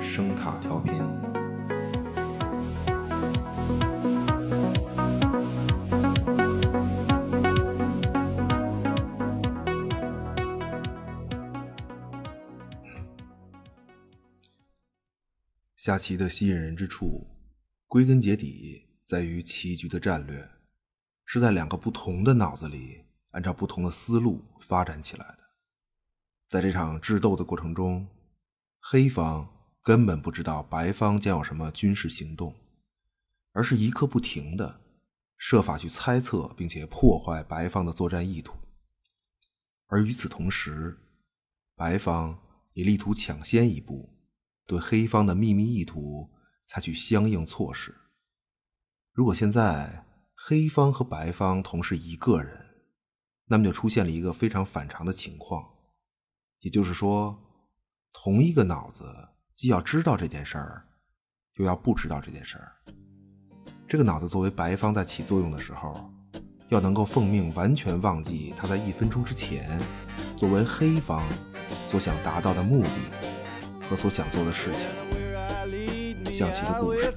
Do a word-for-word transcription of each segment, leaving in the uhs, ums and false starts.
声塔调频。 下棋的吸引人之处，归根结底在于棋局的战略，是在两个不同的脑子里按照不同的思路发展起来的。在这场智斗的过程中，黑方根本不知道白方将有什么军事行动，而是一刻不停的设法去猜测并且破坏白方的作战意图。而与此同时，白方也力图抢先一步，对黑方的秘密意图采取相应措施。如果现在黑方和白方同是一个人，那么就出现了一个非常反常的情况，也就是说，同一个脑子既要知道这件事儿，又要不知道这件事儿。这个脑子作为白方在起作用的时候，要能够奉命完全忘记他在一分钟之前作为黑方所想达到的目的和所想做的事情。象棋的故事。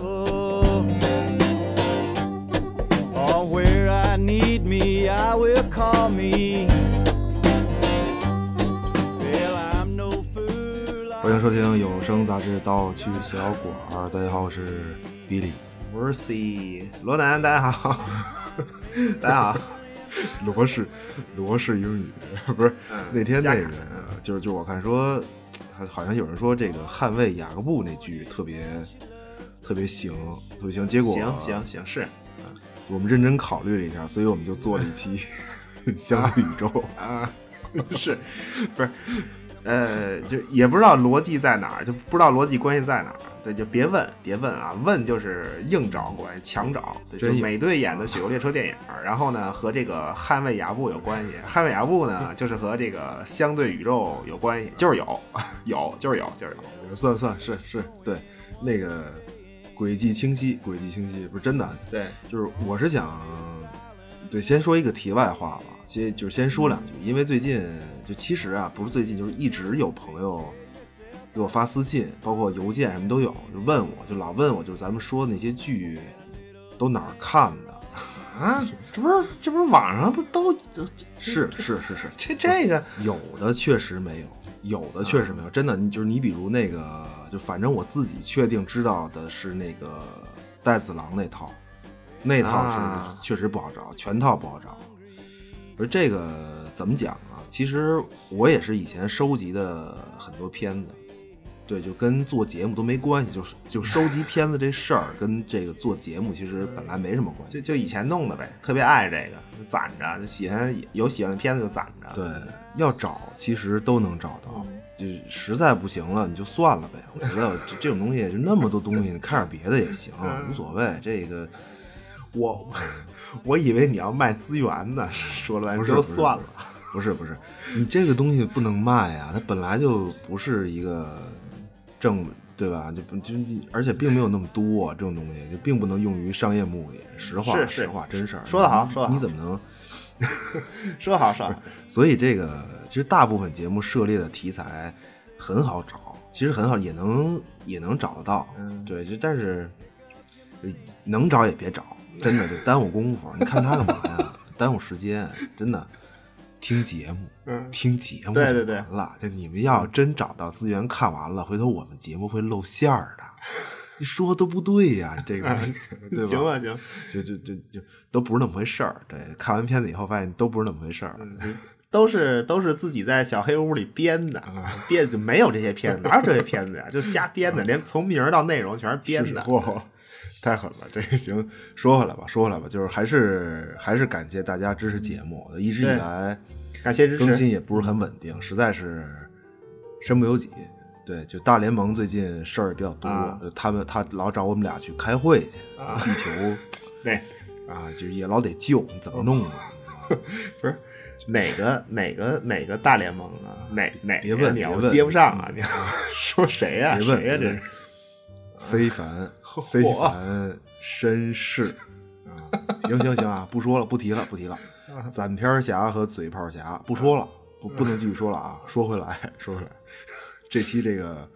欢迎收听有声杂志《盗趣小馆》，大家好，我是比利， 我是 C 罗南，大家好，大家好。 罗氏罗氏英语不是、嗯、那天那个就是就我看说好像有人说这个捍卫雅各布那句特别特别行特别行，结果行行行是、 嗯、我们认真考虑了一下，所以我们就做了一期相对宇宙啊，是不是呃，就也不知道逻辑在哪儿，就不知道逻辑关系在哪儿。对，就别问，别问啊！问就是硬找关系，强找。对，就美队演的《雪国列车》电影，然后呢和这个捍卫雅布有关系。捍卫雅布呢，就是和这个相对宇宙有关系，就是有，有，就是有，就是有。 算算是是，对，那个轨迹清晰，轨迹清晰，不是真的。 对， 就是我是想，对，先说一个题外话吧，先就是先说两句，因为最近就其实啊，不是最近，就是一直有朋友给我发私信，包括邮件什么都有，就问我，就老问我，就是咱们说的那些剧都哪儿看的啊？这不是这不是网上不都是是是是这这个有的确实没有，有的确实没有，真的就是你比如那个，就反正我自己确定知道的是那个带子狼那套，那套是确实不好找，啊、全套不好找。而这个怎么讲啊？其实我也是以前收集的很多片子。对，就跟做节目都没关系，就是就收集片子这事儿跟这个做节目其实本来没什么关系， 就就以前弄的呗，特别爱这个，攒着，就喜欢有喜欢的片子就攒着。 对，要找其实都能找到，就实在不行了你就算了呗。我觉得这这种东西就那么多东西，你看点别的也行，无所谓。这个我我以为你要卖资源呢，说了半天就算了。 不是不是，你这个东西不能卖啊，它本来就不是一个。正对吧？就不就而且并没有那么多、啊、这种东西，就并不能用于商业目的。实话， 是实话，真事儿。 说得好，说得好。 你怎么能说好说好？ 所以这个其实大部分节目涉猎的题材很好找，其实很好，也能也能找得到。嗯，对，就但是就能找也别找，真的就耽误功夫。你看他干嘛呀？耽误时间，真的。听节目，嗯、听节目就完了。对对对，就你们要真找到资源看完了，回头我们节目会露馅儿的。你说都不对呀、啊，这个对吧？ 行吧行， 就就就就都不是那么回事儿。对，看完片子以后发现都不是那么回事儿、 嗯，都是都是自己在小黑屋里编的，编就没有这些片子，哪有这些片子呀？就瞎编的，连从名到内容全是编的。 嚯，太狠了！这个行，说回来吧，说回来吧，就是还是还是感谢大家支持节目，一直以来。 感谢支持， 更新也不是很稳定，实在是身不由己。对，就大联盟最近事儿也比较多，啊、他们他老找我们俩去开会去，啊、地球对啊，就也老得救，你怎么弄啊？ 不是哪个哪个哪个大联盟啊？哪哪别问， 你我接不上啊！你说谁呀、啊？ 别问谁呀、啊？这是非凡非凡绅士啊！行行行啊，不说了，不提了，不提了。攒片侠和嘴炮侠不说了，不不能继续说了啊！说回来，说回来，这期这个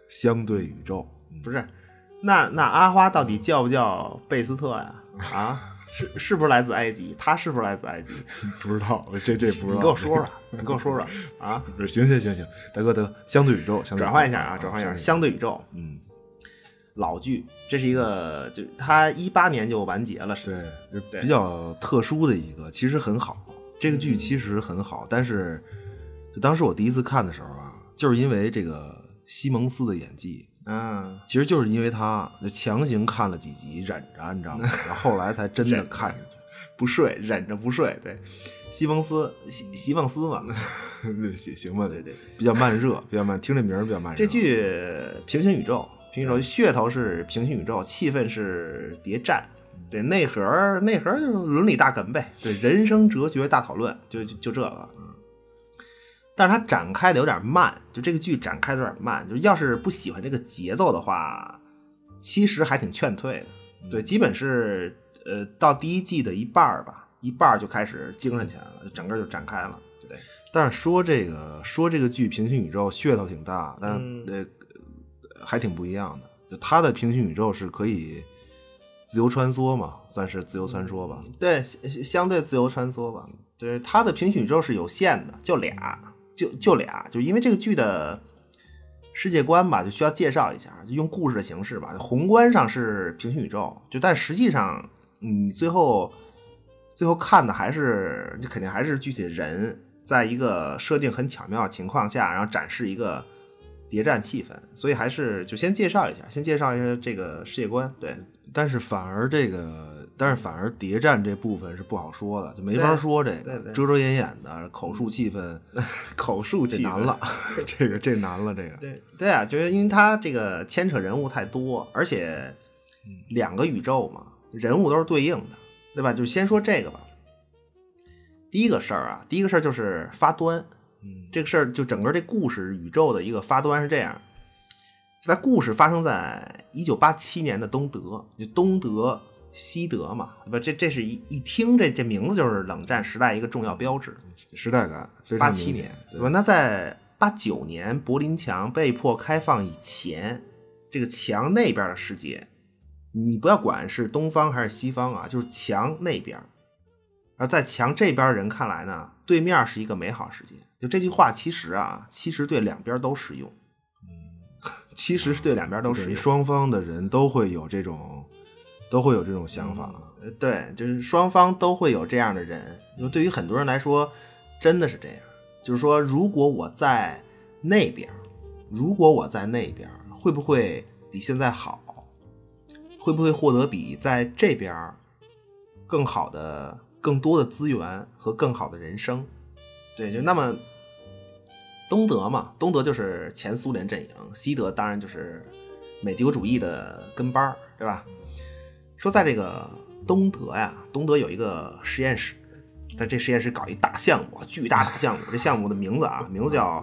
相对宇宙。 不是，那那阿花到底叫不叫贝斯特呀？啊，是是不是来自埃及？他是不是来自埃及？ 不知道，这这不知道。 你跟我说说，你跟我说说啊！ 行行行行，大哥大哥，相对宇宙，相对转换一下啊，转换一下，相对宇宙， 嗯， 老剧，这是一个，就他一八年就完结了，是对，就比较特殊的一个，其实很好。这个剧其实很好，但是就当时我第一次看的时候啊，就是因为这个西蒙斯的演技。 嗯， 其实就是因为他就强行看了几集，忍着，你知道吗？然后后来才真的看下去， 不睡，忍着不睡。对，西蒙斯，西西蒙斯嘛， 行行吧， 对对， 比较慢热，比较慢，听这名儿比较慢热。 这剧平行宇宙，平行宇宙噱头是平行宇宙，气氛是谍战，对，内核内核就是伦理大梗呗，对，人生哲学大讨论，就就就这个。但是它展开的有点慢，就这个剧展开的有点慢，就要是不喜欢这个节奏的话，其实还挺劝退的。对，基本是呃到第一季的一半吧，一半就开始精神起来了，就整个就展开了。对， 但是说这个说这个剧平行宇宙噱头挺大，但、 嗯、 呃还挺不一样的。就它的平行宇宙是可以自由穿梭嘛，算是自由穿梭吧。 对，相对自由穿梭吧。对，它的平行宇宙是有限的，就俩。就就俩，就因为这个剧的世界观吧，就需要介绍一下，就用故事的形式吧。宏观上是平行宇宙，就但实际上你最后最后看的还是，就肯定还是具体的人，在一个设定很巧妙的情况下，然后展示一个谍战气氛，所以还是就先介绍一下，先介绍一下这个世界观。对， 但是反而这个。但是反而谍战这部分是不好说的，就没法说这个，遮遮掩掩的口述气氛， 口述气氛难了，这个这难了，这个对对啊，就是因为它这个牵扯人物太多，而且两个宇宙嘛，人物都是对应的，对吧？就先说这个吧。第一个事儿啊，第一个事儿就是发端， 嗯， 这个事儿就整个这故事宇宙的一个发端是这样，在故事发生在一九八七年的东德，就东德。西德嘛，不，这这是一一听这这名字就是冷战时代一个重要标志， 时代感非常明显。 八七年，对吧？那在八九年柏林墙被迫开放以前，这个墙那边的世界，你不要管是东方还是西方啊，就是墙那边。而在墙这边人看来呢，对面是一个美好世界。就这句话，其实啊，其实对两边都适用。嗯，其实是对两边都适用， 双方的人都会有这种。都会有这种想法、 嗯，对，就是双方都会有这样的人。因为对于很多人来说，真的是这样。就是说，如果我在那边，如果我在那边，会不会比现在好？会不会获得比在这边更好的、更多的资源和更好的人生？对，就那么东德嘛，东德就是前苏联阵营，西德当然就是美帝国主义的跟班，对吧？说在这个东德呀，东德有一个实验室，在这实验室搞一大项目，巨大大项目。这项目的名字啊，名字叫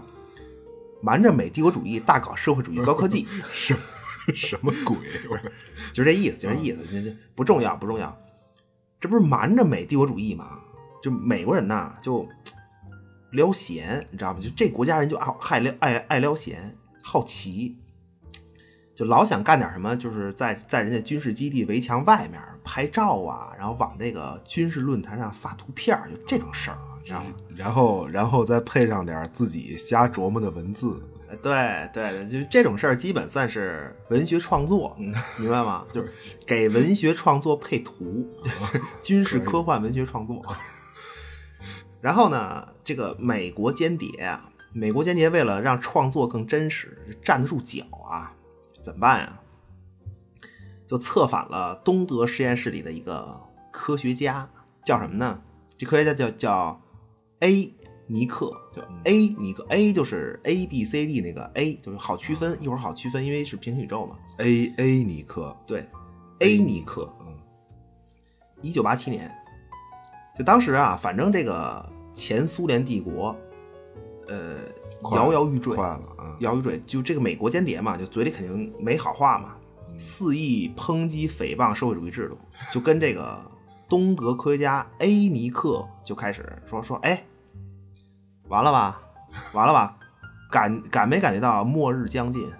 “瞒着美帝国主义大搞社会主义高科技”。 什什么鬼？ 就是这意思，就是这意思，不重要，不重要。这不是瞒着美帝国主义吗？就美国人呐，就撩闲，你知道吗？就这国家人就爱撩爱爱撩闲，好奇。就老想干点什么，就是在在人家军事基地围墙外面拍照啊，然后往这个军事论坛上发图片，就这种事儿，你知道吗？ 然后然后再配上点自己瞎琢磨的文字， 对对，就这种事儿基本算是文学创作，明白吗？就是给文学创作配图，军事科幻文学创作。然后呢，这个美国间谍啊，美国间谍为了让创作更真实，站得住脚啊。怎么办呀？就策反了东德实验室里的一个科学家，叫什么呢？这科学家叫叫 A 尼克，就 A 尼克 A 就是 A B C D 那个 A， 就是好区分，一会儿好区分，因为是平行宇宙嘛。 A A 尼克， 对 ，A 尼克，嗯，一九八七年，就当时啊，反正这个前苏联帝国，呃。摇摇欲坠， 快了啊！ 摇摇欲坠，就这个美国间谍嘛，就嘴里肯定没好话嘛，嗯、肆意抨击诽谤社会主义制度，就跟这个东德科学家 A 尼克就开始说说，哎，完了吧，完了吧，感感没感觉到末日将近？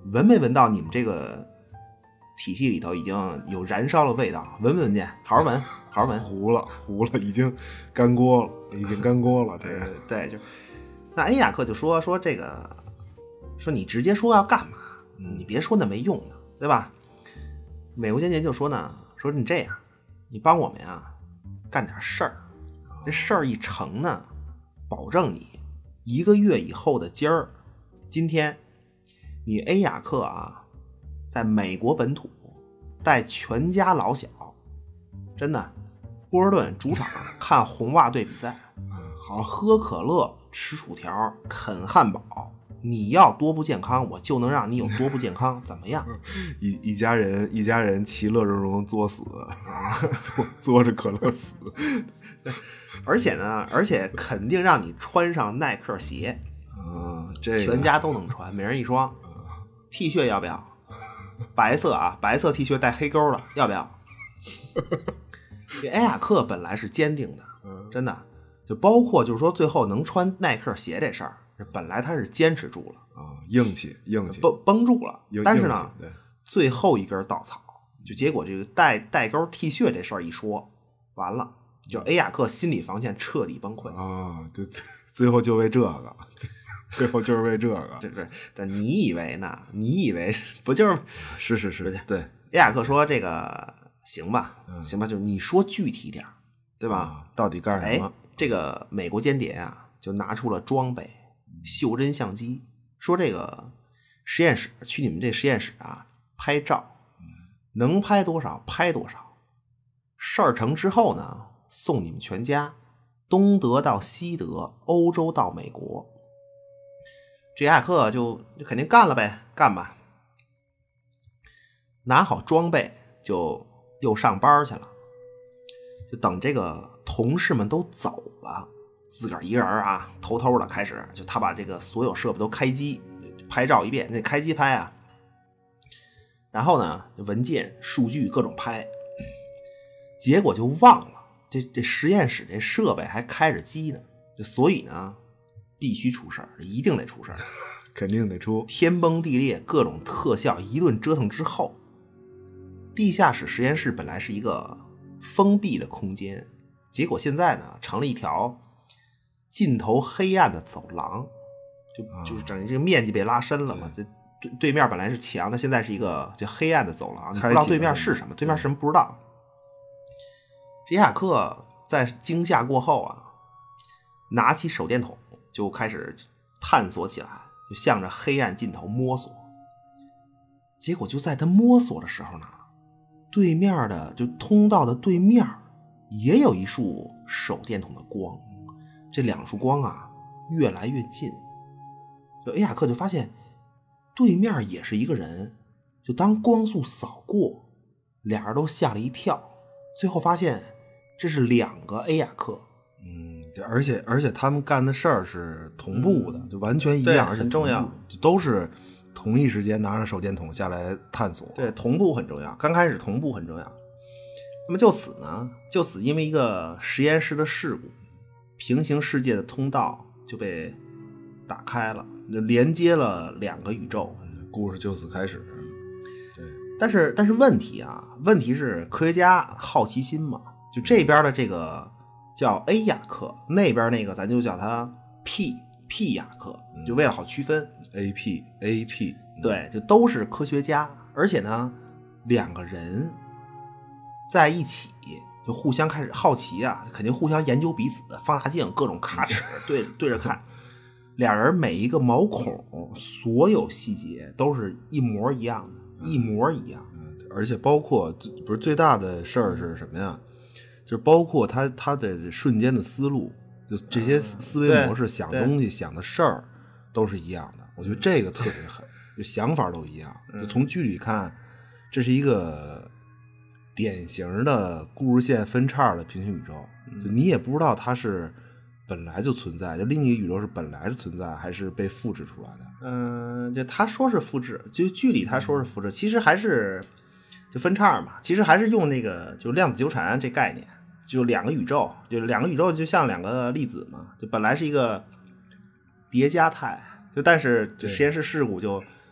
闻没闻到你们这个体系里头已经有燃烧的味道？闻没闻见？好好闻，好好闻。 糊了，糊了，已经干锅了，已经干锅了。这个对，就那恩雅克就说说这个，说你直接说要干嘛，你别说那没用的，对吧？美国间谍就说呢，说你这样，你帮我们呀干点事儿，这事儿一成呢，保证你一个月以后的今儿，今天你恩雅克啊，在美国本土带全家老小，真的波士顿主场看红袜队比赛，好喝可乐、吃薯条、啃汉堡。你要多不健康，我就能让你有多不健康，怎么样？ 一一家人一家人其乐融融作死，作作着可乐死。 而且呢，而且肯定让你穿上耐克鞋， 嗯，这个、 全家都能穿，每人一双。T 恤要不要？白色啊，白色 T 恤带黑勾的，要不要？这埃雅克本来是坚定的，真的，就包括就是说最后能穿耐克鞋这事儿，本来他是坚持住了啊，硬气硬气， 绷绷住了。但是呢， 对， 最后一根稻草，就结果这个带带钩 T 恤这事儿一说，完了。就埃雅克心理防线彻底崩溃啊！对，最后就为这个，最后就是为这个， 对不对？但你以为呢？你以为不就是是是是？对， 埃雅克说这个行吧，嗯、行吧，就是你说具体点，对吧？ 啊、到底干什么？ 这个美国间谍啊，就拿出了装备，袖珍相机，说这个实验室去你们这实验室啊拍照，能拍多少拍多少。事儿成之后呢？送你们全家，东德到西德，欧洲到美国。这亚克就就肯定干了呗，干吧。拿好装备就又上班去了，就等这个同事们都走了，自个儿一个人啊，偷偷的开始，就他把这个所有设备都开机拍照一遍，那开机拍啊。然后呢，文件、数据各种拍，结果就忘了。这这实验室这设备还开着机呢，所以呢，必须出事儿，一定得出事儿， 肯定得出。 天崩地裂，各种特效一顿折腾之后，地下室实验室本来是一个封闭的空间，结果现在呢，成了一条尽头黑暗的走廊，就就是整个这个面积被拉伸了嘛。这对对面本来是墙，它现在是一个就黑暗的走廊，你不知道对面是什么，对面是什么不知道。这亚克在惊吓过后啊，拿起手电筒就开始探索起来，就向着黑暗尽头摸索。结果就在他摸索的时候呢，对面的就通道的对面也有一束手电筒的光，这两束光啊越来越近。就埃亚克就发现对面也是一个人，就当光速扫过，俩人都吓了一跳，最后发现这是两个埃亚克。 嗯，而且而且他们干的事儿是同步的，嗯、就完全一样，而且很重要， 都是同一时间拿着手电筒下来探索。 对，同步很重要，刚开始同步很重要。那么就此呢，就此因为一个实验室的事故，平行世界的通道就被打开了，就连接了两个宇宙， 故事就此开始。对， 但是但是问题啊，问题是科学家好奇心嘛。就这边的这个叫 A 亚克，那边那个咱就叫它 P P 亚克，就为了好区分。 A P A P 对，就都是科学家，而且呢，两个人在一起就互相开始好奇啊，肯定互相研究彼此，放大镜各种卡尺对对着看，俩人每一个毛孔，所有细节都是一模一样的，一模一样。 而且包括不是最大的事儿是什么呀？就是包括他他的瞬间的思路，就这些思维模式、想东西、想的事儿都是一样的。我觉得这个特别狠，就想法都一样。就从剧里看，这是一个典型的故事线分叉的平行宇宙。就你也不知道它是本来就存在，就另一个宇宙是本来是存在，还是被复制出来的。 嗯，就他说是复制，就剧里他说是复制，其实还是就分叉嘛。其实还是用那个就量子纠缠这概念。就两个宇宙，就两个宇宙就像两个粒子嘛，就本来是一个叠加态，就但是就实验室事故就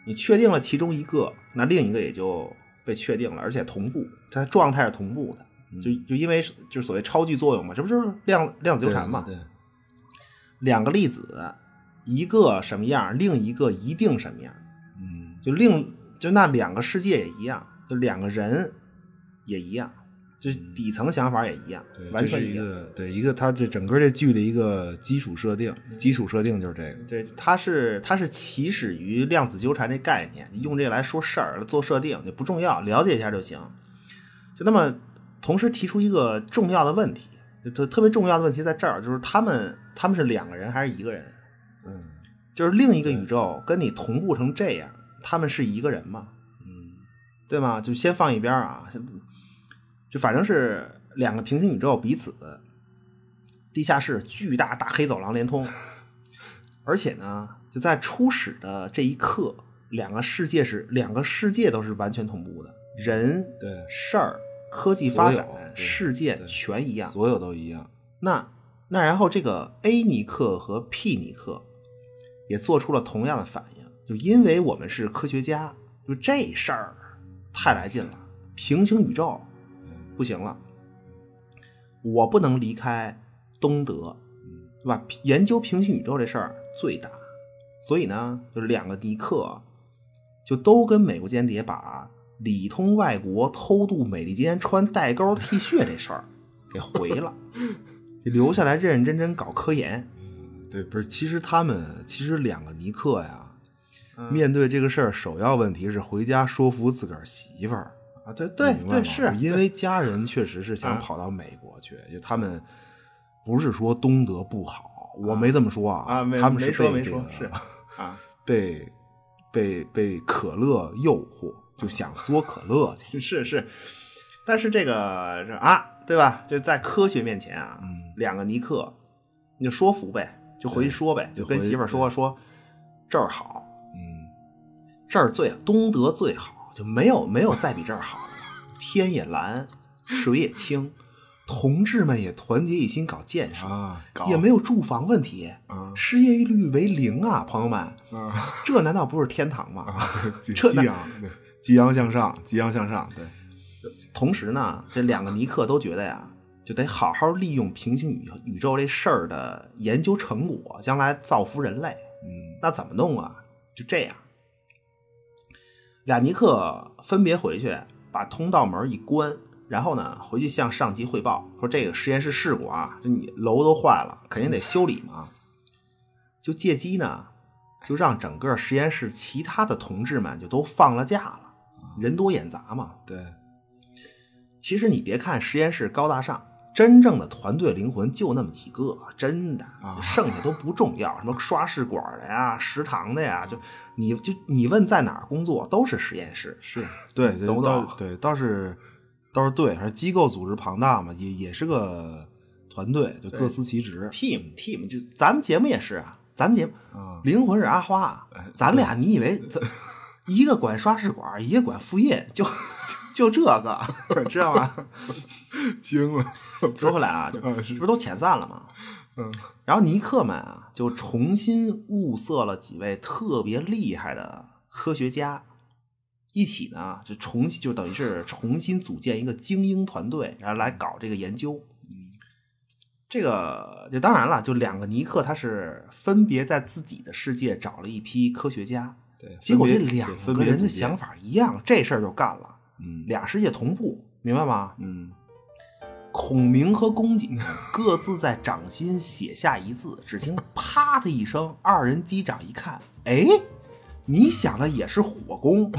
你确定了其中一个，那另一个也就被确定了，而且同步，它状态是同步的。就就因为就是所谓超距作用嘛，这不就是量量子纠缠嘛？ 对，对两个粒子，一个什么样，另一个一定什么样。 嗯， 就另就那两个世界也一样，就两个人也一样，就底层想法也一样， 对， 完全一样。 这是一个对一个它这整个这剧的一个基础设定，基础设定就是这个。 对，它是它是起始于量子纠缠这概念，用这个来说事儿做设定就不重要，了解一下就行。就那么同时提出一个重要的问题，就特别重要的问题在这儿，就是他们他们是两个人还是一个人？ 嗯， 就是另一个宇宙跟你同步成这样，他们是一个人吗？ 嗯， 对吗？就先放一边啊，就反正是两个平行宇宙彼此地下室巨大大黑走廊连通，而且呢，就在初始的这一刻，两个世界是两个世界都是完全同步的，人、 对事儿、科技发展、 对事件全一样， 所有都一样。 那那然后这个 A 尼克和 P 尼克也做出了同样的反应，就因为我们是科学家，就这事儿太来劲了，平行宇宙不行了，我不能离开东德，对吧？研究平行宇宙这事儿最大，所以呢，就是两个尼克就都跟美国间谍把里通外国偷渡美利坚穿带钩 T 恤这事儿给回了，就留下来认认真真搞科研。 对，不是，其实他们其实两个尼克呀， 嗯、 面对这个事儿，首要问题是回家说服自个儿媳妇儿啊。对对对，是因为家人确实是想跑到美国去，就他们不是说东德不好，我没这么说啊， 啊， 他们是没说没被这个说是啊， 被被被可乐诱惑，就想嘬可乐去， 是是，但是这个啊，对吧？就在科学面前啊， 嗯、 两个尼克，你就说服呗。就回去说呗，就跟媳妇儿说说这儿好， 嗯， 这儿最东德最好，就没有没有再比这儿好的了。天也蓝，水也清，同志们也团结一心搞建设， 啊、 也没有住房问题， 啊、 失业率为零啊，朋友们， 啊、 这难道不是天堂吗？ 啊、 这激昂，对，激昂向上，激昂向上，对。 同时呢，这两个尼克都觉得呀，就得好好利用平行宇宇宙这事儿的研究成果，将来造福人类。 嗯， 那怎么弄啊？就这样，俩尼克分别回去，把通道门一关，然后呢，回去向上级汇报说这个实验室事故啊，这你楼都坏了，肯定得修理嘛。就借机呢，就让整个实验室其他的同志们就都放了假了，人多眼杂嘛。 对。 其实你别看实验室高大上，真正的团队灵魂就那么几个，真的，剩下都不重要。什么刷试管的呀、食堂的呀，就你就你问在哪儿工作，都是实验室。 是对， 懂不懂？ 对，倒是倒是对，还是机构组织庞大嘛，也也是个团队，就各司其职。 team team 就咱们节目也是啊，咱们节目、 嗯、 灵魂是阿花，咱俩你以为咱一个管刷试管，一个管副业，就。就这个，知道吗？ 惊了。 说回来啊，就不是都遣散了吗？ 嗯。 然后尼克们啊，就重新物色了几位特别厉害的科学家，一起呢，就重新就等于是重新组建一个精英团队，然后来搞这个研究。嗯。这个就当然了，就两个尼克他是分别在自己的世界找了一批科学家， 对， 结果这两个人的想法一样，这事儿就干了。 嗯， 俩世界同步，明白吗？ 嗯， 孔明和公瑾各自在掌心写下一字，只听啪的一声，二人击掌一看，哎，你想的也是火攻，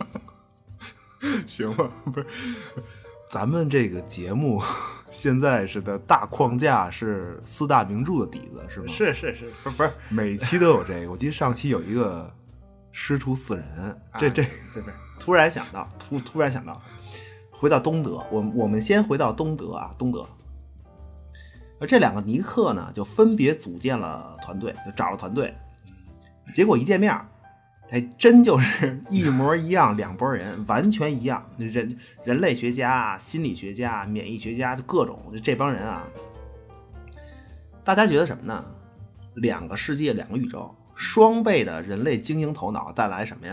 行吧？不是，咱们这个节目现在是的大框架是四大名著的底子，是吗？ 是是是，不是不是， 每期都有这个。我记得上期有一个师出四人， 啊、 这这对不对？突然想到，突突然想到，回到东德，我我们先回到东德啊，东德。而这两个尼克呢，就分别组建了团队，就找了团队。结果一见面，哎，真就是一模一样，两拨人完全一样，人人类学家、心理学家、免疫学家，就各种，就这帮人啊。大家觉得什么呢？两个世界，两个宇宙，双倍的人类精英头脑带来什么呀？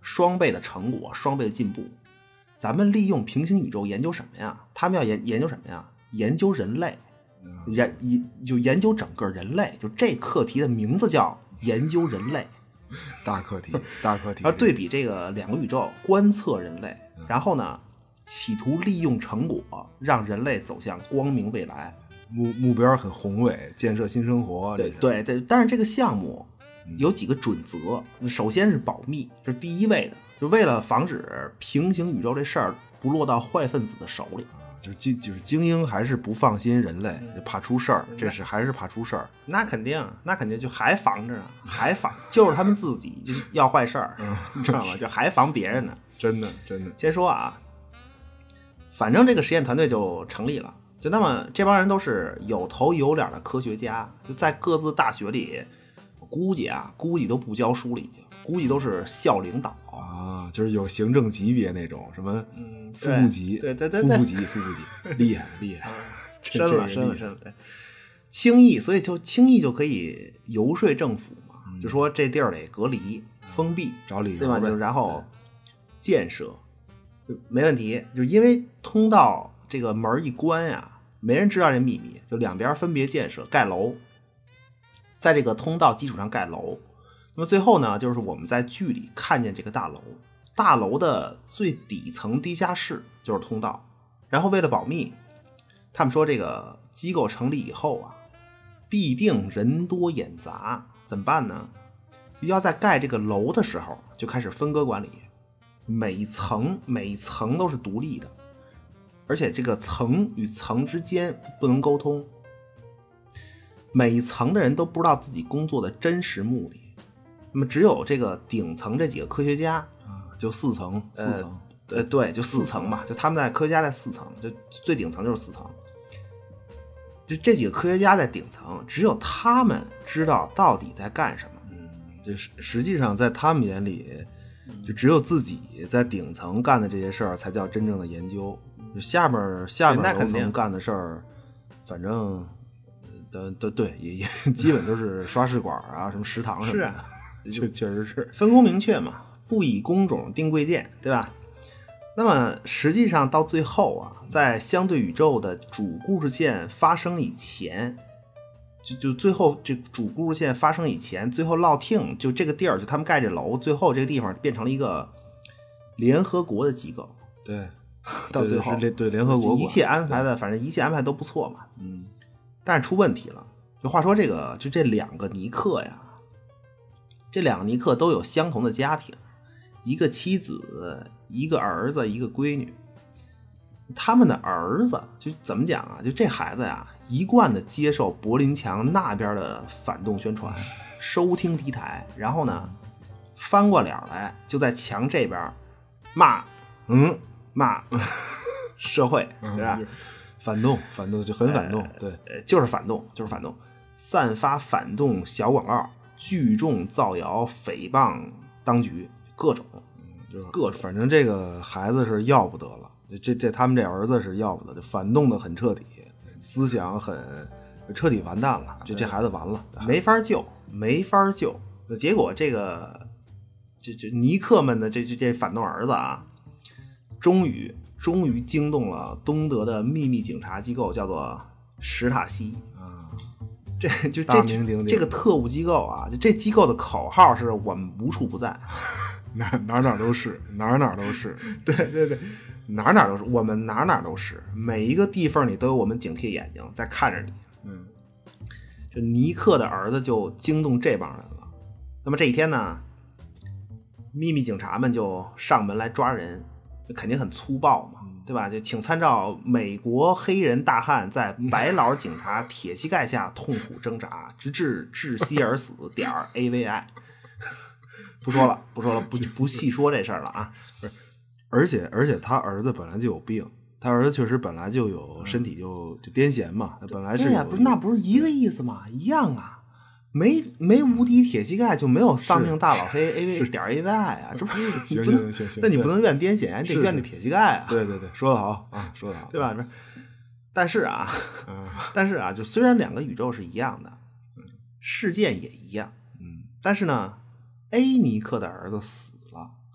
双倍的成果，双倍的进步。咱们利用平行宇宙研究什么呀？他们要研研究什么呀？研究人类，研就研究整个人类。就这课题的名字叫研究人类， 大课题，大课题。 而对比这个两个宇宙，观测人类，然后呢，企图利用成果让人类走向光明未来。 目目标很宏伟，建设新生活。 对对对，但是这个项目有几个准则，首先是保密，这是第一位的，就为了防止平行宇宙这事儿不落到坏分子的手里。 就精就是精英还是不放心人类，就怕出事儿，这是还是怕出事儿。 那肯定，那肯定就还防着呢，还防，就是他们自己就要坏事儿，你知道吗？就还防别人呢。 真的真的。 先说啊，反正这个实验团队就成立了。就那么这帮人都是有头有脸的科学家，就在各自大学里，估计啊，估计都不教书了，已经，估计都是校领导啊，就是有行政级别那种，什么嗯， 副部级， 对对对对， 副部级，副部级，厉害厉害， 深了深了深了，对，轻易，所以就轻易就可以游说政府嘛，嗯、就说这地儿得隔离、封闭， 找理由， 对吧？就然后建设就没问题，就因为通道。这个门一关呀，没人知道这秘密，就两边分别建设盖楼，在这个通道基础上盖楼。那么最后呢，就是我们在剧里看见这个大楼，大楼的最底层地下室就是通道。然后为了保密，他们说这个机构成立以后啊，必定人多眼杂，怎么办呢？要在盖这个楼的时候就开始分割管理，每层每层都是独立的。而且这个层与层之间不能沟通，每一层的人都不知道自己工作的真实目的。那么只有这个顶层这几个科学家， 啊，就四层，四层， 呃，对，就四层嘛，就他们在科学家在四层，就最顶层就是四层。就这几个科学家在顶层，只有他们知道到底在干什么。 嗯，就实际上在他们眼里，就只有自己在顶层干的这些事儿才叫真正的研究。就下面下面楼层干的事儿，反正的的对也也基本都是刷试管啊，什么食堂什么的， 是啊， 就确实是分工明确嘛，不以工种定贵贱，对吧？那么实际上到最后啊，在相对宇宙的主故事线发生以前，就就最后这主故事线发生以前，最后落听就这个地儿，就他们盖这楼，最后这个地方变成了一个联合国的机构， 对。 到最后， 对对联合国一切安排的，反正一切安排都不错嘛。嗯，但是出问题了。就话说这个，就这两个尼克呀，这两个尼克都有相同的家庭，一个妻子，一个儿子，一个闺女。他们的儿子就怎么讲啊？就这孩子呀，一贯的接受柏林墙那边的反动宣传，收听敌台，然后呢，翻过脸来就在墙这边骂，嗯。骂社会，对吧？ 反动，反动就很反动， 呃、 对， 就是反动，就是反动，散发反动小广告，聚众造谣，诽谤当局，各种， 嗯，就是各种， 反正这个孩子是要不得了，这这他们这儿子是要不得的，反动的很彻底，思想很彻底完蛋了，这这孩子完了， 没法救，没法救。结果这个，这这尼克们的这这这反动儿子啊。终于，终于惊动了东德的秘密警察机构，叫做史塔西啊。 这就大名鼎鼎这个特务机构啊，就这机构的口号是我们无处不在， 哪哪哪都是，哪哪都是。 对对对，哪哪都是，我们哪哪都是，每一个地方里都有我们警惕眼睛在看着你。 嗯， 这尼克的儿子就惊动这帮人了。那么这一天呢，秘密警察们就上门来抓人。肯定很粗暴嘛，对吧？就请参照美国黑人大汉在白老警察铁膝盖下痛苦挣扎，直至窒息而死点 A V I。不说了，不说了，不不细说这事儿了啊。 不是，而且而且他儿子本来就有病，他儿子确实本来就有身体就就癫痫嘛，他本来是有。 对呀，不是那不是一个意思吗？一样啊。没没无敌铁膝盖就没有丧命大老黑 A V 点 A V I 啊，这不是行行行行， 那你不能怨癫痫，你得怨那铁膝盖啊。 对对对，说得好啊，说得好， 对吧？不是，但是啊， 嗯、 但是啊，就虽然两个宇宙是一样的，事件也一样， 嗯， 但是呢 ，A 尼克的儿子死了，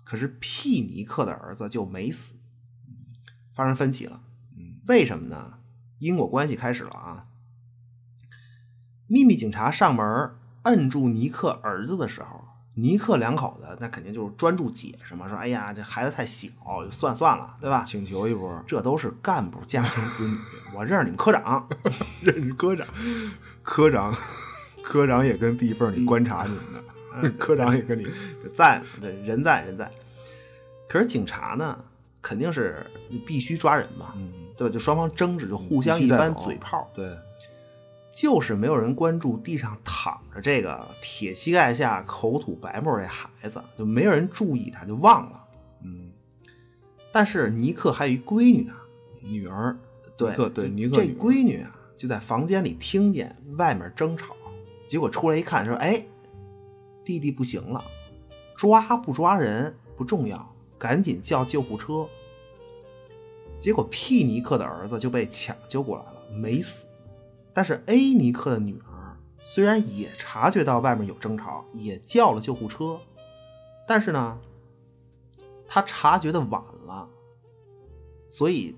可是庇尼克的儿子就没死，发生分歧了。为什么呢？因果关系开始了啊！秘密警察上门摁住尼克儿子的时候，尼克两口子那肯定就是专注解释嘛，说哎呀这孩子太小，就算算了，对吧？ 请求一波， 这都是干部家庭子女，我认识你们科长， 认识科长，科长，科长也跟壁缝里观察你们呢。嗯、科长也跟你在，对，人在人在。可是警察呢，肯定是必须抓人嘛，嗯、对吧？就双方争执，就互相一番嘴炮。 对， 就是没有人关注地上躺着这个铁膝盖下口吐白沫这孩子，就没有人注意他，就忘了。 嗯， 但是尼克还有一闺女啊， 女儿。 对尼克对尼克这闺女啊，就在房间里听见外面争吵，结果出来一看说：“哎。”弟弟不行了，抓不抓人不重要，赶紧叫救护车。结果 P 尼克的儿子就被抢救过来了，没死。但是 A 尼克的女儿虽然也察觉到外面有争吵，也叫了救护车，但是呢，她察觉的晚了，所以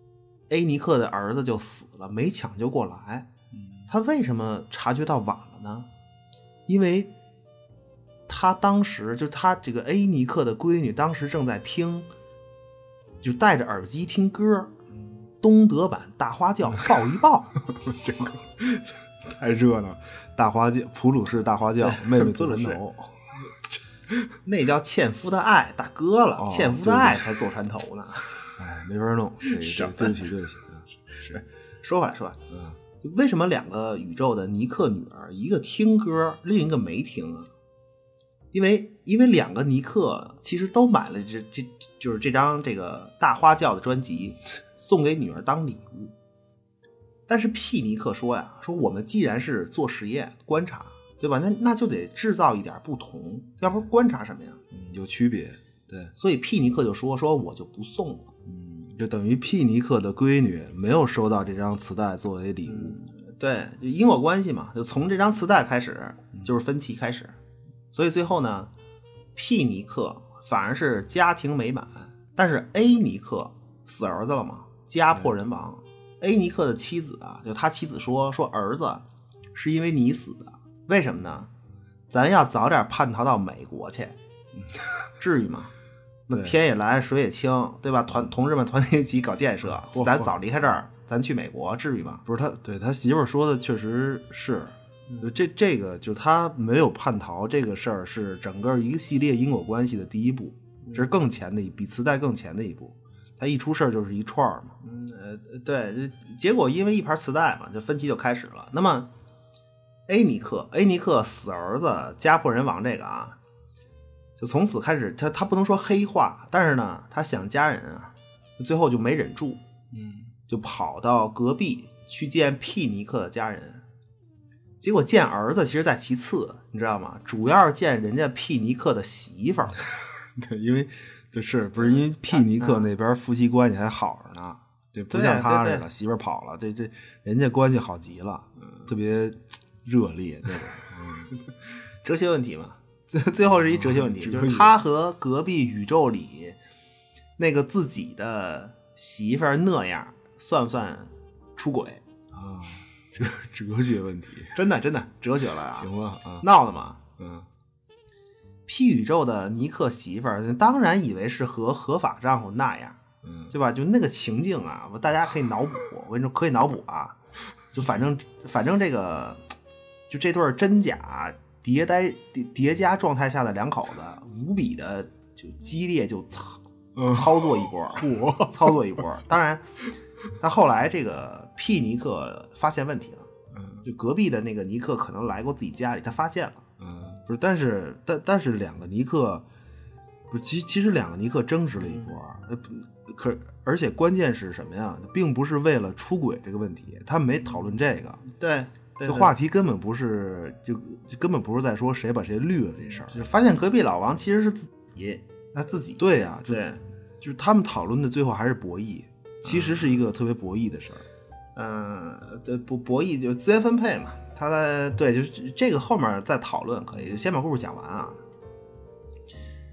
A 尼克的儿子就死了，没抢救过来。他为什么察觉到晚了呢？因为他当时就是他这个 A 尼克的闺女当时正在听，就戴着耳机听歌，东德版大花轿抱一抱。 这个太热闹，大花轿，普鲁士大花轿，妹妹坐船头， 那叫纤夫的爱，大哥了，纤、哦、夫的爱才坐船头呢。 哎，没法弄，对对不起对不起， 是说回来说回来，嗯，为什么两个宇宙的尼克女儿，一个听歌，另一个没听啊？因为因为两个尼克其实都买了这这就是这张这个大花轿的专辑，送给女儿当礼物。但是 P 尼克说呀，说我们既然是做实验观察，对吧？那那就得制造一点不同，要不观察什么呀？ 嗯，有区别。对， 所以 P 尼克就说说我就不送了。 嗯，就等于 P 尼克的闺女没有收到这张磁带作为礼物。 嗯、对，就因果关系嘛，就从这张磁带开始就是分歧开始。所以最后呢 P 尼克反而是家庭美满，但是 A 尼克死儿子了嘛，家破人亡。A 尼克的妻子啊，就他妻子说说儿子是因为你死的，为什么呢？咱要早点叛逃到美国去，至于吗？那天也蓝水也清，对吧？团同志们团结一起搞建设，咱早离开这儿，咱去美国，至于吗？ 不是他，对他媳妇儿说的确实是。这这个就他没有叛逃这个事儿是整个一个系列因果关系的第一步，这是更前的一比磁带更前的一步。他一出事儿就是一串嘛， 嗯呃对，结果因为一盘磁带嘛，就分歧就开始了。那么 A 尼克 A 尼克死儿子家破人亡这个啊，就从此开始他他不能说黑化，但是呢他想家人啊，最后就没忍住， 嗯， 就跑到隔壁去见 P 尼克的家人。结果见儿子其实在其次，你知道吗？主要是见人家 P 尼克的媳妇儿。 对，因为就是不是因为 P 尼克那边夫妻关系还好着呢，这不像他似的，媳妇儿跑了，这这人家关系好极了，嗯、特别热烈那种。嗯、 哲学问题嘛，最最后是一哲学问题，嗯、就是他和隔壁宇宙里那个自己的媳妇儿那样，算不算出轨啊？哲哲学问题， 真的真的哲学了啊！ 行吧啊， 闹的嘛， 嗯。 P 宇宙的尼克媳妇儿当然以为是和合法丈夫那样， 嗯， 对吧？就那个情境啊，大家可以脑补，我跟你说可以脑补啊，就反正反正这个就这对真假叠呆叠加状态下的两口子，无比的就激烈，就操操作一波， 我操作一波。当然，但后来这个 P 尼克发现问题了， 嗯， 就隔壁的那个尼克可能来过自己家里，他发现了。 嗯，不是，但是但但是两个尼克不是，其其实两个尼克争执了一波，嗯、可而且关键是什么呀？并不是为了出轨这个问题，他们没讨论这个。 对，对这话题根本不是就就根本不是在说谁把谁绿了这事儿， 就发现隔壁老王其实是自己，他自己。 对呀、啊， 对， 就是他们讨论的最后还是博弈，其实是一个特别博弈的事儿。 嗯，对，博博弈就资源分配嘛。他的对，就是这个后面再讨论可以，先把故事讲完啊。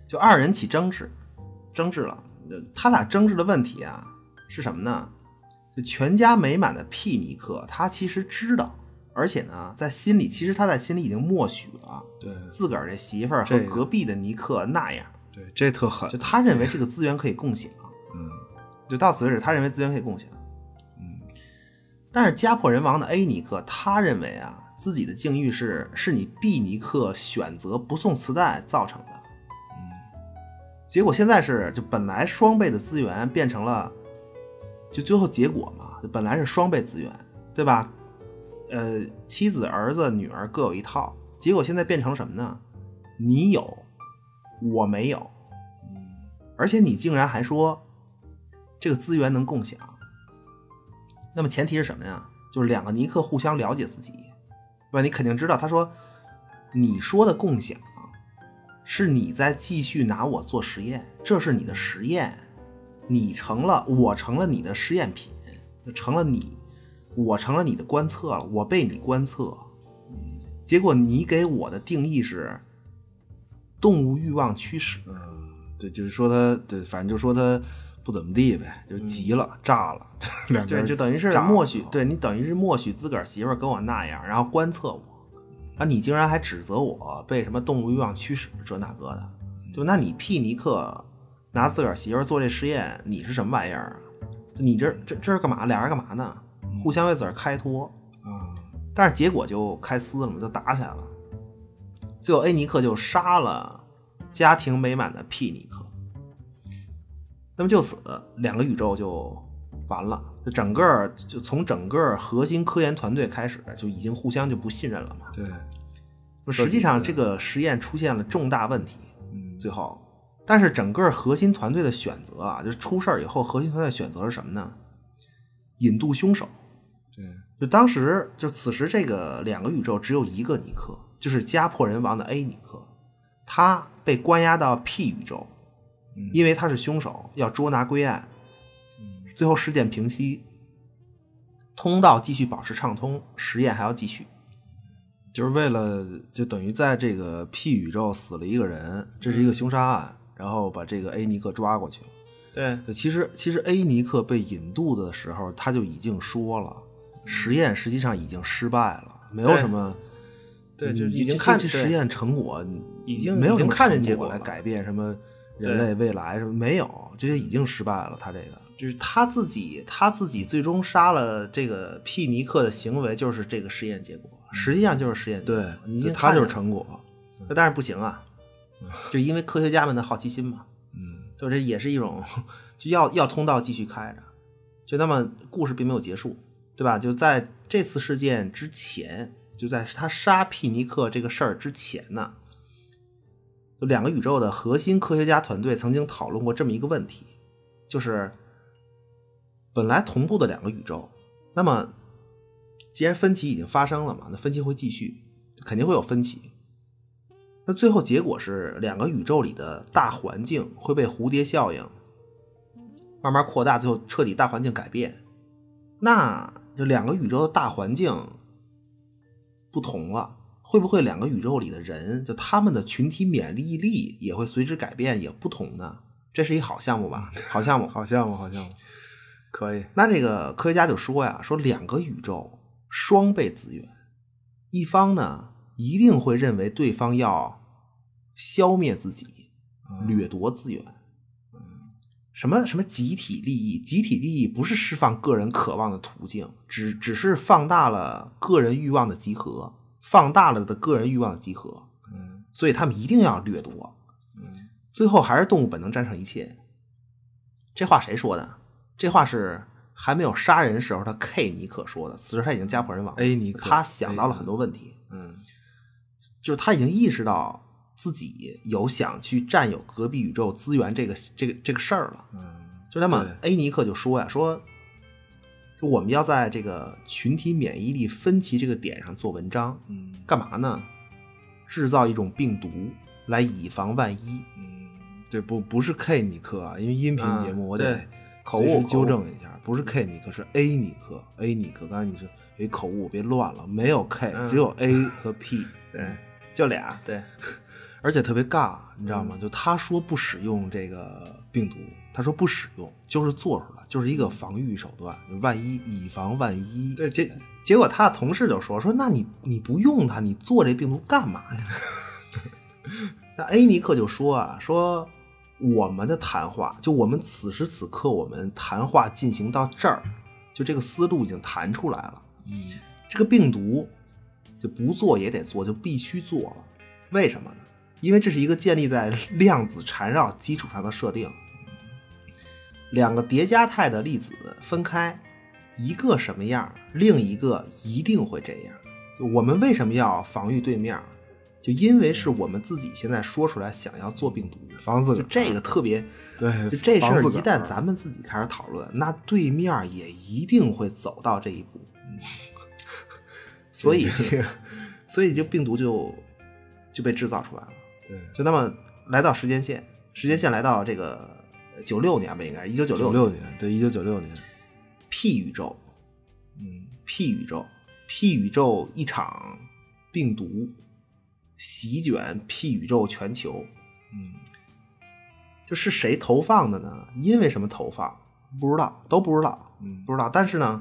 就二人起争执，争执了。他俩争执的问题啊是什么呢？就全家美满的屁尼克，他其实知道，而且呢，在心里，其实他在心里已经默许了， 对自个儿这媳妇儿和隔壁的尼克那样， 对，这特狠。 就他认为这个资源可以共享， 嗯， 就到此为止，他认为资源可以共享，嗯。但是家破人亡的 A 尼克，他认为啊，自己的境遇是是你 B 尼克选择不送磁带造成的，嗯。结果现在是，就本来双倍的资源变成了。就最后结果嘛，本来是双倍资源，对吧？呃，妻子、儿子、女儿各有一套，结果现在变成什么呢？你有，我没有，嗯，而且你竟然还说这个资源能共享。那么前提是什么呀？就是两个尼克互相了解自己，对吧？你肯定知道，他说你说的共享是你在继续拿我做实验，这是你的实验。你成了，我成了你的试验品，成了你，我成了你的观测了，我被你观测。结果你给我的定义是动物欲望驱使。 嗯，对，就是说他，对，反正就说他不怎么地呗，就急了，嗯、炸了，两对，就等于是默许，对你等于是默许自个儿媳妇儿跟我那样，然后观测我，啊，你竟然还指责我被什么动物欲望驱使，这那个的，就那你屁尼克。拿自个儿媳妇做这实验，你是什么玩意儿啊？你这这这是干嘛？俩人干嘛呢？互相为自个儿开脱啊！但是结果就开撕了嘛，就打起来了。最后 A 尼克就杀了家庭美满的 P 尼克。那么就此两个宇宙就完了，就整个就从整个核心科研团队开始就已经互相就不信任了嘛。 对。 实际上这个实验出现了重大问题，嗯，最后。但是整个核心团队的选择啊，就是出事以后，核心团队选择是什么呢？引渡凶手。 对， 就当时就此时这个两个宇宙只有一个尼克，就是家破人亡的 A 尼克，他被关押到 P 宇宙，嗯、因为他是凶手，要捉拿归案。嗯、最后事件平息，通道继续保持畅通，实验还要继续。 就是为了就等于在这个 P 宇宙死了一个人，这是一个凶杀案。嗯，然后把这个 A 尼克抓过去。 对， 其实其实 A 尼克被引渡的时候，他就已经说了，实验实际上已经失败了，没有什么。 对，就已经看这实验成果， 已经没有什么看见结果来改变什么人类未来什么没有，这些已经失败了。他这个就是他自己，他自己最终杀了这个 P 尼克的行为，就是这个实验结果，实际上就是实验结果。 对， 你已经他就是成果。 但是不行啊。就因为科学家们的好奇心嘛， 嗯， 就这也是一种，就要要通道继续开着，就那么故事并没有结束，对吧？就在这次事件之前，就在他杀皮尼克这个事儿之前呢，就两个宇宙的核心科学家团队曾经讨论过这么一个问题，就是本来同步的两个宇宙，那么既然分歧已经发生了嘛，那分歧会继续，肯定会有分歧。那最后结果是两个宇宙里的大环境会被蝴蝶效应慢慢扩大，最后彻底大环境改变。那就两个宇宙的大环境不同了，会不会两个宇宙里的人就他们的群体免疫力也会随之改变也不同呢？这是一好项目吧？好项目， 好项目，好项目，可以。 那这个科学家就说呀，说两个宇宙双倍资源，一方呢一定会认为对方要消灭自己，掠夺资源。什么什么集体利益？集体利益不是释放个人渴望的途径，只只是放大了个人欲望的集合，放大了的个人欲望的集合。嗯，所以他们一定要掠夺。嗯，最后还是动物本能战胜一切。这话谁说的？这话是还没有杀人时候他 K 尼克说的，此时他已经家破人亡了。 A 尼克他想到了很多问题。 嗯， 就是他已经意识到自己有想去占有隔壁宇宙资源这个这个这个事儿了。 嗯， 就那么 A 尼克就说呀，说就我们要在这个群体免疫力分歧这个点上做文章。 嗯， 干嘛呢？制造一种病毒来以防万一。 嗯，对，不不是 K 尼克啊，因为音频节目我得、 啊、口误纠正一下，不是 K 尼克，是 A 尼克 A 尼克。刚才你是有口误，别乱了，没有 K，、嗯、只有 A 和 P。 对，就俩。对。 而且特别尬，你知道吗？就他说不使用这个病毒，他说不使用，就是做出来，就是一个防御手段，万一以防万一。 对，结结果他的同事就说说，那你你不用它，你做这病毒干嘛呀？那 A 尼克就说啊，说我们的谈话，就我们此时此刻我们谈话进行到这儿，就这个思路已经谈出来了。 嗯， 这个病毒就不做也得做，就必须做了。为什么呢？因为这是一个建立在量子缠绕基础上的设定。两个叠加态的粒子分开，一个什么样，另一个一定会这样。就我们为什么要防御对面？就因为是我们自己现在说出来想要做病毒， 防自个儿， 就这个特别对， 就这事儿一旦咱们自己开始讨论，那对面也一定会走到这一步。嗯、所以这个，所以就病毒就就被制造出来了。 对， 就那么来到时间线，时间线来到这个九六年吧，应该是一九九六年，对，一九九六年 ，P 宇宙，嗯 ，P 宇宙 ，P 宇宙一场病毒席卷 P 宇宙全球， 嗯， 就是谁投放的呢？因为什么投放？不知道，都不知道， 嗯， 不知道。但是呢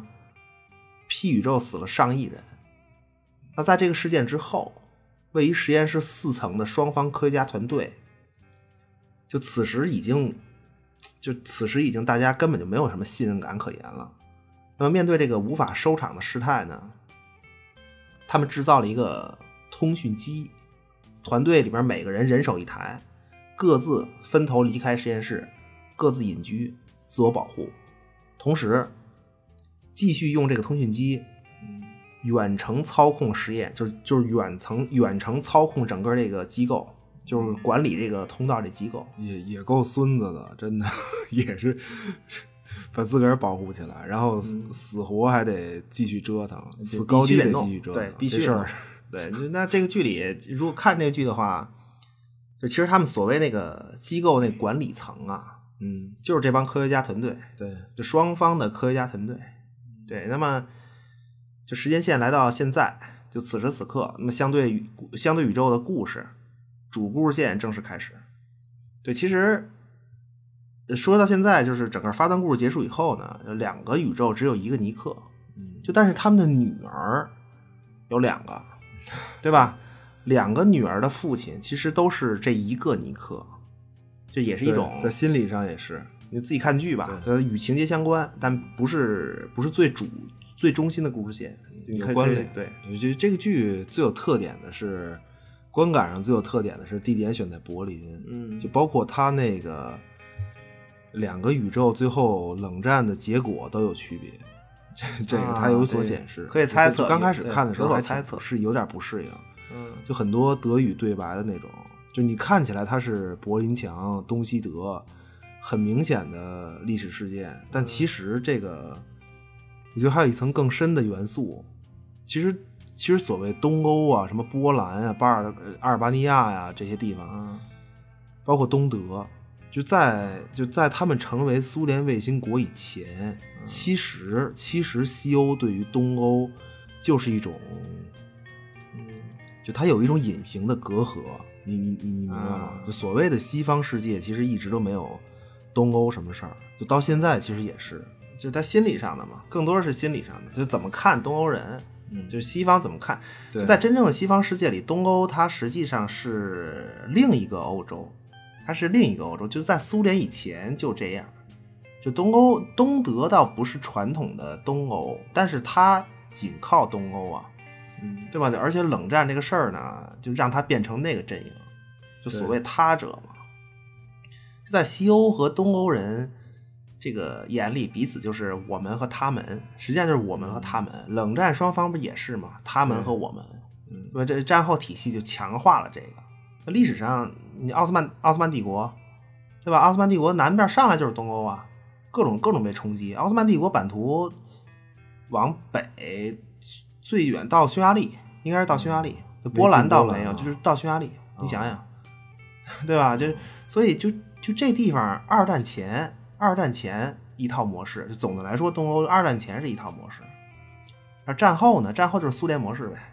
，P 宇宙死了上亿人。那在这个事件之后，位于实验室四层的双方科学家团队，就此时已经，就此时已经大家根本就没有什么信任感可言了。那么面对这个无法收场的事态呢，他们制造了一个通讯机，团队里边每个人人手一台，各自分头离开实验室，各自隐居，自我保护，同时继续用这个通讯机远程操控实验，就是就是远程远程操控整个这个机构，就是管理这个通道这机构， 也也够孙子的，真的也是把自个儿保护起来，然后死、嗯、死活还得继续折腾，死高低得继续折腾， 对，必须事儿。对，那这个剧里如果看这个剧的话，就其实他们所谓那个机构那管理层啊， 嗯， 就是这帮科学家团队， 对， 就双方的科学家团队，对，那么。就时间线来到现在，就此时此刻，那么相对相对宇宙的故事，主故事线正式开始。对，其实说到现在，就是整个发端故事结束以后呢，两个宇宙只有一个尼克， 嗯， 就但是他们的女儿有两个，对吧？两个女儿的父亲其实都是这一个尼克，这也是一种在心理上也是， 你自己看剧吧，呃，与情节相关，但不是不是最主。最中心的故事线有关联， 对， 我觉得这个剧最有特点的是观感上最有特点的是地点选在柏林， 嗯， 就包括它那个两个宇宙最后冷战的结果都有区别，这这个它有所显示， 啊、可以猜测。 刚开始看的时候还猜测是有点不适应， 嗯， 就很多德语对白的那种，就你看起来它是柏林墙、东西德，很明显的历史事件，但其实这个。我觉得还有一层更深的元素，其实其实所谓东欧啊，什么波兰啊、巴尔阿尔巴尼亚呀、啊、这些地方， 嗯， 包括东德，就在就在他们成为苏联卫星国以前， 嗯、 其实其实西欧对于东欧就是一种， 嗯， 就它有一种隐形的隔阂，你你你你明白吗？ 嗯、 就所谓的西方世界，其实一直都没有东欧什么事儿，就到现在其实也是。 就是他心理上的嘛，更多是心理上的，就是怎么看东欧人， 嗯， 就是西方怎么看。 对， 在真正的西方世界里，东欧它实际上是另一个欧洲，它是另一个欧洲，就在苏联以前就这样。就东欧东德倒不是传统的东欧，但是它仅靠东欧啊， 嗯， 对吧？而且冷战这个事儿呢，就让它变成那个阵营，就所谓他者嘛。就在西欧和东欧人这个眼里，彼此就是我们和他们，实际上就是我们和他们。冷战双方不也是吗？他们和我们， 嗯， 对吧？这战后体系就强化了这个。历史上，你奥斯曼奥斯曼帝国，对吧？奥斯曼帝国南边上来就是东欧啊，各种各种被冲击。奥斯曼帝国版图往北最远到匈牙利，应该是到匈牙利，就波兰倒没有，就是到匈牙利。你想想，对吧？就所以就就这地方，二战前。二战前一套模式，就总的来说，东欧二战前是一套模式。而战后呢？战后就是苏联模式呗，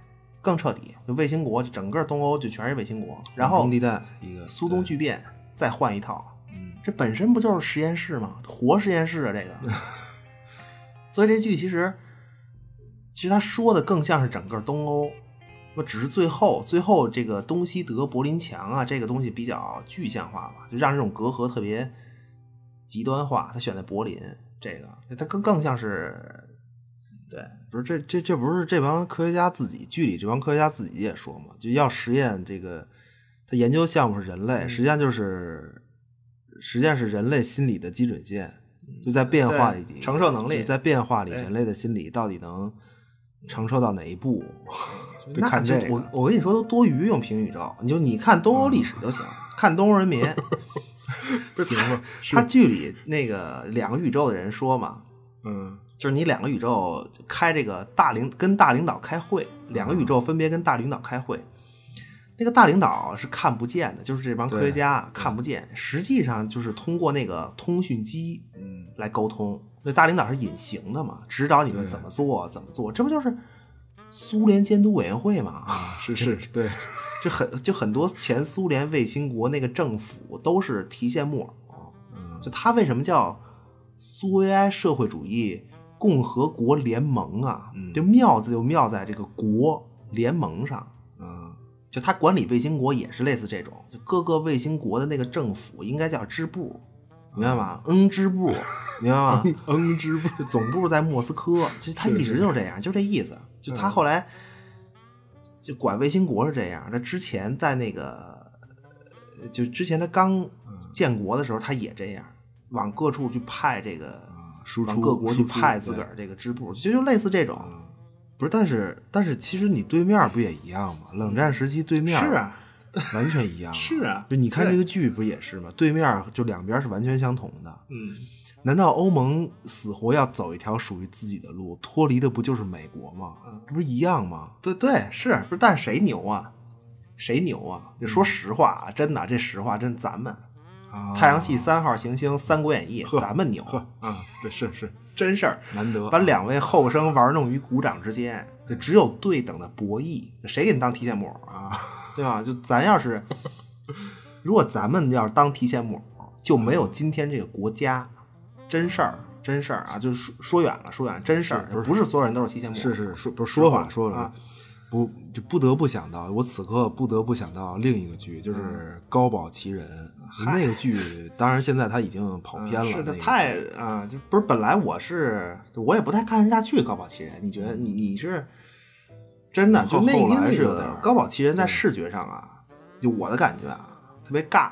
更彻底，就卫星国，就整个东欧就全是卫星国。然后地带一个苏东剧变再换一套， 嗯， 这本身不就是实验室吗？活实验室啊，这个。所以这剧其实，其实他说的更像是整个东欧。那只是最后，最后这个东西德柏林墙啊，这个东西比较具象化吧，就让这种隔阂特别极端化。他选在柏林，这个他更更像是，对， 不是这这这不是这帮科学家自己剧里这帮科学家自己也说嘛，就要实验这个，他研究项目是人类， 嗯、 实际上就是实际上是人类心理的基准线，就在变化里承受能力， 在变化里人类的心理到底能承受到哪一步？ 那看这个， 我我跟你说都多余用平宇宙，你就你看东欧历史就行，嗯、看东欧人民，行吗？他剧里那个两个宇宙的人说嘛， 嗯， 就是你两个宇宙开这个大领跟大领导开会，两个宇宙分别跟大领导开会，嗯、那个大领导是看不见的，就是这帮科学家看不见，实际上就是通过那个通讯机嗯来沟通，那大领导是隐形的嘛，指导你们怎么做怎么做，这不就是苏联监督委员会嘛？ 啊，是是，对， 就很就很多前苏联卫星国那个政府都是提线木偶， 嗯， 就他为什么叫苏维埃社会主义共和国联盟啊？ 嗯， 就妙字就妙在这个国联盟上， 嗯， 就他管理卫星国也是类似这种，就各个卫星国的那个政府应该叫支部。明白吗？嗯，支部，明白吗？ 嗯，支部， 总部在莫斯科。其实他一直就是这样，就这意思。就他后来就管卫星国是这样。他之前在那个，就之前他刚建国的时候，他也这样，往各处去派这个输出， 往各国去派自个儿这个支部，就就类似这种。 不是，但是但是其实你对面不也一样吗？冷战时期对面是啊。 完全一样， 是啊， 就你看这个剧不也是吗？对面就两边是完全相同的。 嗯， 难道欧盟死活要走一条属于自己的路，脱离的不就是美国吗？ 嗯， 这不是一样吗？ 对对，是不是？但是谁牛啊？谁牛啊？就说实话啊，真的，这实话真咱们、 啊、 太阳系三号行星《三国演义》，咱们牛啊！对，是是真事儿， 难得把两位后生玩弄于股掌之间，就只有对等的博弈，谁给你当提线木偶啊？对吧？就咱要是，如果咱们要是当提线木偶，就没有今天这个国家。真事儿，真事儿啊！就是说说远了，说远了，真事儿，不是所有人都是提线木偶。 是是说不是说法说了、 啊， 不就不得不想到，我此刻不得不想到另一个剧，就是《高保奇人》 嗯、 那个剧。当然现在他已经跑偏了， 嗯、是的， 那个、 太啊，就不是本来我是我也不太看得下去《高保奇人》，你觉得你你是？真的，就那因为那个高保奇人在视觉上啊，就我的感觉啊，特别尬，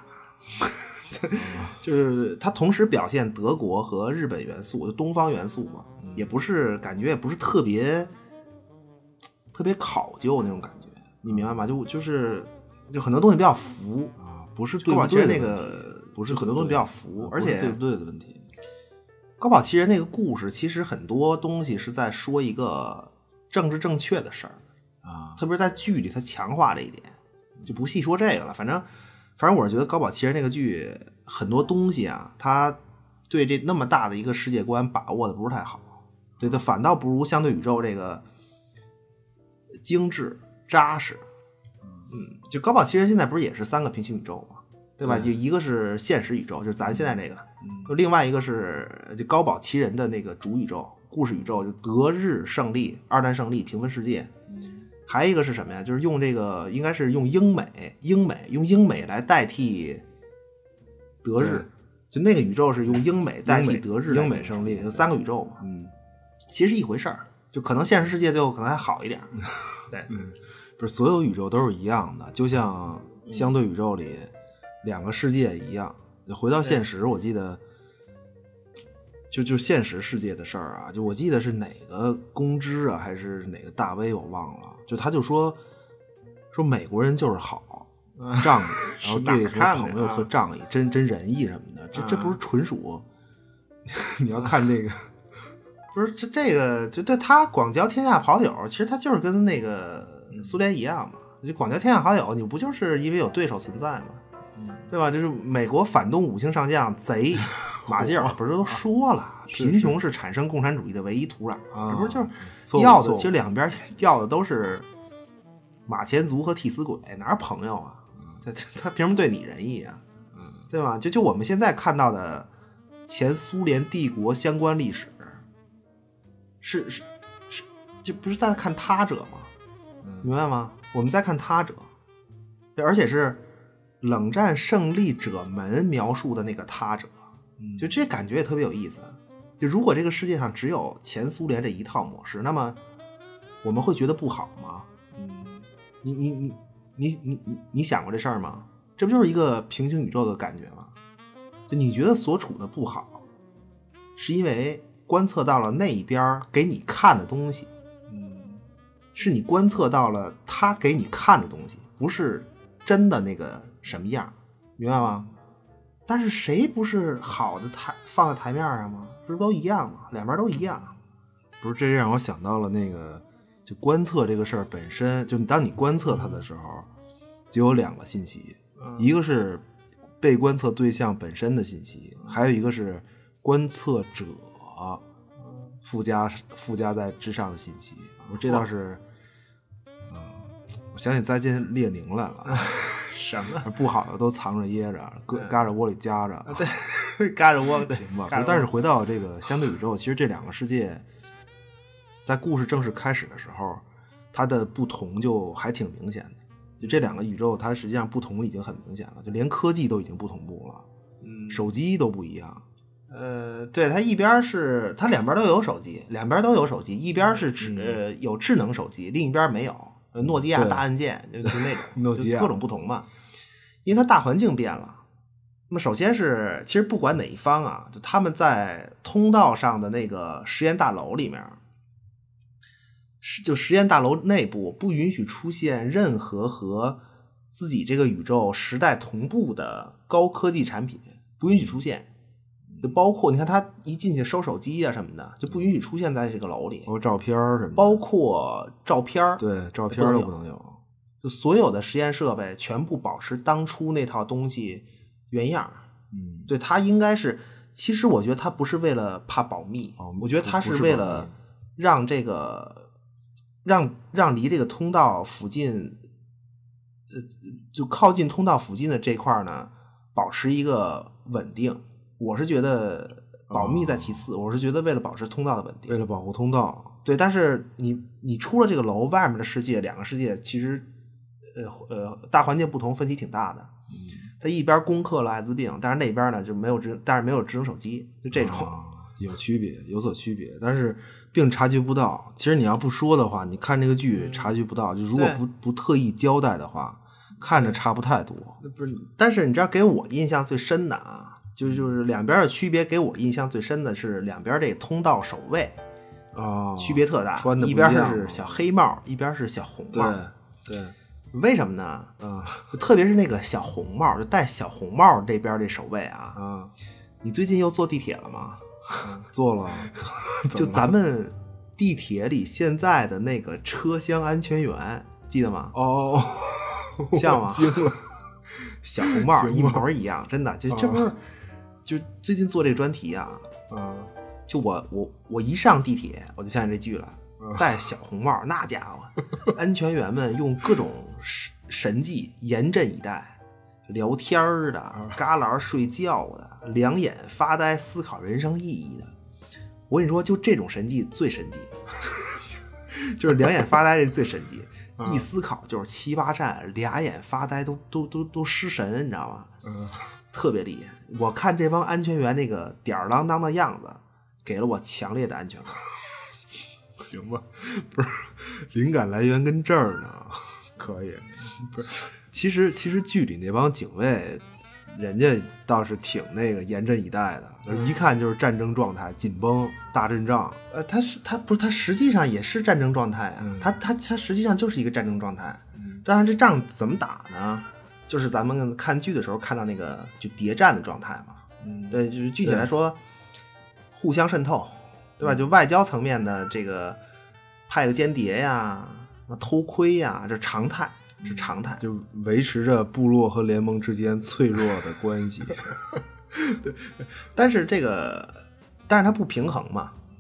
就是他同时表现德国和日本元素，就东方元素嘛， 嗯、 也不是感觉也不是特别特别考究那种感觉，你明白吗？就就是就很多东西比较浮啊，不是对不对那个不是很多东西比较浮，而且对不对的问题。 高保奇人那个故事，其实很多东西是在说一个政治正确的事儿。 啊， 特别是在剧里，他强化这一点，就不细说这个了。反正，反正我是觉得《高保奇人》那个剧很多东西啊，他对这那么大的一个世界观把握的不是太好，对，他反倒不如相对宇宙这个精致扎实。嗯，就《高保奇人》现在不是也是三个平行宇宙吗？对吧？就一个是现实宇宙，就是咱现在这个，就另外一个是就高保奇人的那个主宇宙、故事宇宙，就德日胜利、二战胜利、平分世界。还有一个是什么呀？就是用这个，应该是用英美、英美用英美来代替德日，就那个宇宙是用英美代替德日， 英美胜利， 三个宇宙嘛。 嗯， 其实一回事儿，就可能现实世界最后可能还好一点。对， 嗯，不是所有宇宙都是一样的，就像相对宇宙里两个世界一样。回到现实，我记得。就就现实世界的事儿啊，就我记得是哪个公知啊，还是哪个大 V 我忘了，就他就说说美国人就是好仗义，然后对什么朋友特仗义，啊、真真仁义什么的，这这不是纯属、啊、你要看这个， 不是这这个就对他广交天下好友，其实他就是跟那个苏联一样嘛，就广交天下好友，你不就是因为有对手存在吗？对吧？就是美国反动五星上将贼马歇尔不是都说了，贫穷是产生共产主义的唯一土壤， 啊、 这不是就是要的？其实两边要的都是马前卒和替死鬼，哪是朋友啊？他他凭什么对你仁义啊？对吧？就就我们现在看到的前苏联帝国相关历史，是是是，就不是在看他者吗？明白吗？我们在看他者，而且是冷战胜利者们描述的那个他者，就这感觉也特别有意思。就如果这个世界上只有前苏联这一套模式，那么我们会觉得不好吗？嗯，你你你你你你你想过这事儿吗？这不就是一个平行宇宙的感觉吗？就你觉得所处的不好，是因为观测到了那一边给你看的东西，嗯，是你观测到了他给你看的东西，不是真的那个什么样，明白吗？但是谁不是好的台放在台面上吗？不是都一样吗？两边都一样。 不是，这让我想到了那个，就观测这个事儿本身，就当你观测它的时候，就有两个信息，嗯、一个是被观测对象本身的信息，还有一个是观测者附加附加在之上的信息。我这倒是，嗯，我想起再见列宁来了。 什么不好的都藏着掖着，搁嘎着窝里夹着， 对，嘎着窝行吧。但是回到这个相对宇宙，其实这两个世界在故事正式开始的时候，它的不同就还挺明显的。就这两个宇宙，它实际上不同已经很明显了，就连科技都已经不同步了，嗯，手机都不一样。 呃，对，它一边是它两边都有手机，两边都有手机，一边是智、嗯、呃有智能手机，另一边没有。诺基亚大按键就就那种诺基亚各种不同嘛，因为它大环境变了。那么首先是，其实不管哪一方啊，就他们在通道上的那个实验大楼里面，就实验大楼内部不允许出现任何和自己这个宇宙时代同步的高科技产品，不允许出现。就包括你看他一进去收手机啊什么的，就不允许出现在这个楼里。 包括照片什么， 包括照片， 对，照片都不能有。 就所有的实验设备全部保持当初那套东西原样。嗯，对，他应该是，其实我觉得他不是为了怕保密， 哦、 我觉得他是为了让这个让让离这个通道附近，呃，就靠近通道附近的这块呢，保持一个稳定。我是觉得保密在其次、哦、我是觉得为了保持通道的稳定， 为了保护通道。 对，但是你你出了这个楼外面的世界，两个世界其实呃呃大环境不同，分歧挺大的。嗯，它一边攻克了艾滋病，但是那边呢就没有智，但是没有智能手机，就这种、 哦、有区别，有所区别，但是并察觉不到。其实你要不说的话，你看这个剧察觉不到，就如果不不特意交代的话，看着差不太多。 不是，但是你知道给我印象最深的啊。就就是两边的区别，给我印象最深的是两边这通道守卫啊、哦， 区别特大， 穿的一边是小黑帽，一边是小红帽。 对对， 为什么呢？嗯，特别是那个小红帽，就戴小红帽这边这守卫啊， 嗯， 你最近又坐地铁了吗？ 嗯、坐了， 就咱们地铁里现在的那个车厢安全员，记得吗？ 哦， 像吗？ 惊了， 小红帽一模一样，真的，就这不是。哦，就最近做这个专题啊， 嗯， 就我我我一上地铁我就想起这剧了，戴小红帽，那家伙，安全员们用各种神技严阵以待，聊天的，旮旯睡觉的，两眼发呆思考人生意义的。我跟你说，就这种神技最神技，就是两眼发呆是最神技，一思考就是七八站，俩眼发呆都都都都失神，你知道吗？ 嗯。 特别厉害，我看这帮安全员那个吊儿郎当的样子，给了我强烈的安全感。 行吧，不是灵感来源跟这儿呢，可以。不是，其实其实剧里那帮警卫，人家倒是挺那个严阵以待的，嗯、一看就是战争状态，紧绷大阵仗。 呃，他是他不是他实际上也是战争状态啊， 嗯、 他他他实际上就是一个战争状态。嗯、当然这仗怎么打呢？就是咱们看剧的时候看到那个就谍战的状态嘛，嗯，对，就是具体来说，互相渗透，对吧？就外交层面的这个派个间谍呀、偷窥呀，这常态，是常态， 就维持着部落和联盟之间脆弱的关系。 对，但是这个，但是它不平衡嘛，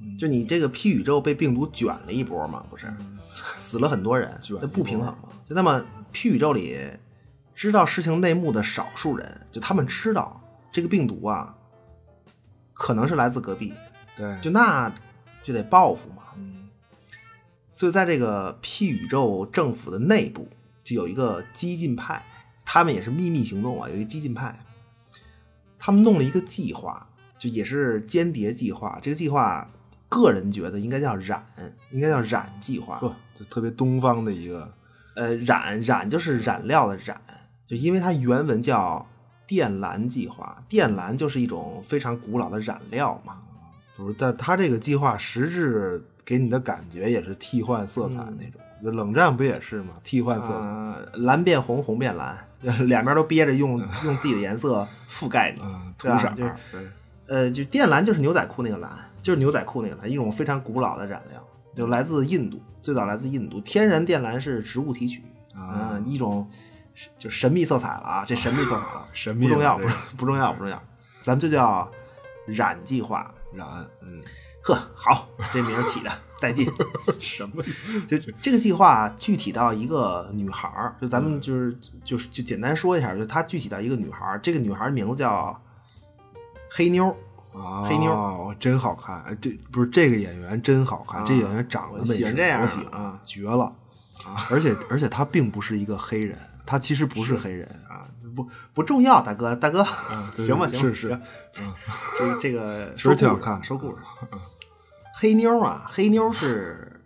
就你这个 P 宇宙被病毒卷了一波嘛，不是，死了很多人，那不平衡嘛。就那么 P 宇宙里知道事情内幕的少数人，就他们知道这个病毒啊，可能是来自隔壁， 对， 就那就得报复嘛。嗯，所以在这个 P 宇宙政府的内部，就有一个激进派，他们也是秘密行动啊，有一个激进派，他们弄了一个计划，就也是间谍计划。这个计划，个人觉得应该叫染，应该叫染计划， 呵，就特别东方的一个。 呃，染染就是染料的染，就因为它原文叫靛蓝计划，靛蓝就是一种非常古老的染料嘛。 不是，但他这个计划实质给你的感觉也是替换色彩那种。嗯、冷战不也是吗？替换色彩， 呃、蓝变红，红变蓝，两边都憋着用用自己的颜色覆盖你， 嗯、 对吧？就呃，就靛蓝就是牛仔裤那个蓝，就是牛仔裤那个蓝，一种非常古老的染料，就来自印度。最早来自印度，天然靛蓝是植物提取啊、嗯，一种就神秘色彩了啊，这神秘色彩了， 神秘不重要，不不重要，不重要，咱们就叫染计划， 染，嗯， 呵，好，这名起的带劲， 什么？ 就这个计划具体到一个女孩，就咱们就是就是就简单说一下，就它具体到一个女孩，这个女孩名字叫黑妞。 啊， 黑妞真好看！这不是这个演员真好看，啊、这演员长得我喜欢这样， 我喜欢啊，绝了！啊、而且而且他并不是一个黑人，他其实不是黑人啊，不不重要，大哥大哥， 啊、 行吧行吧， 是是， 行嗯，这这个其实挺好看， 说故事。黑妞啊，黑妞是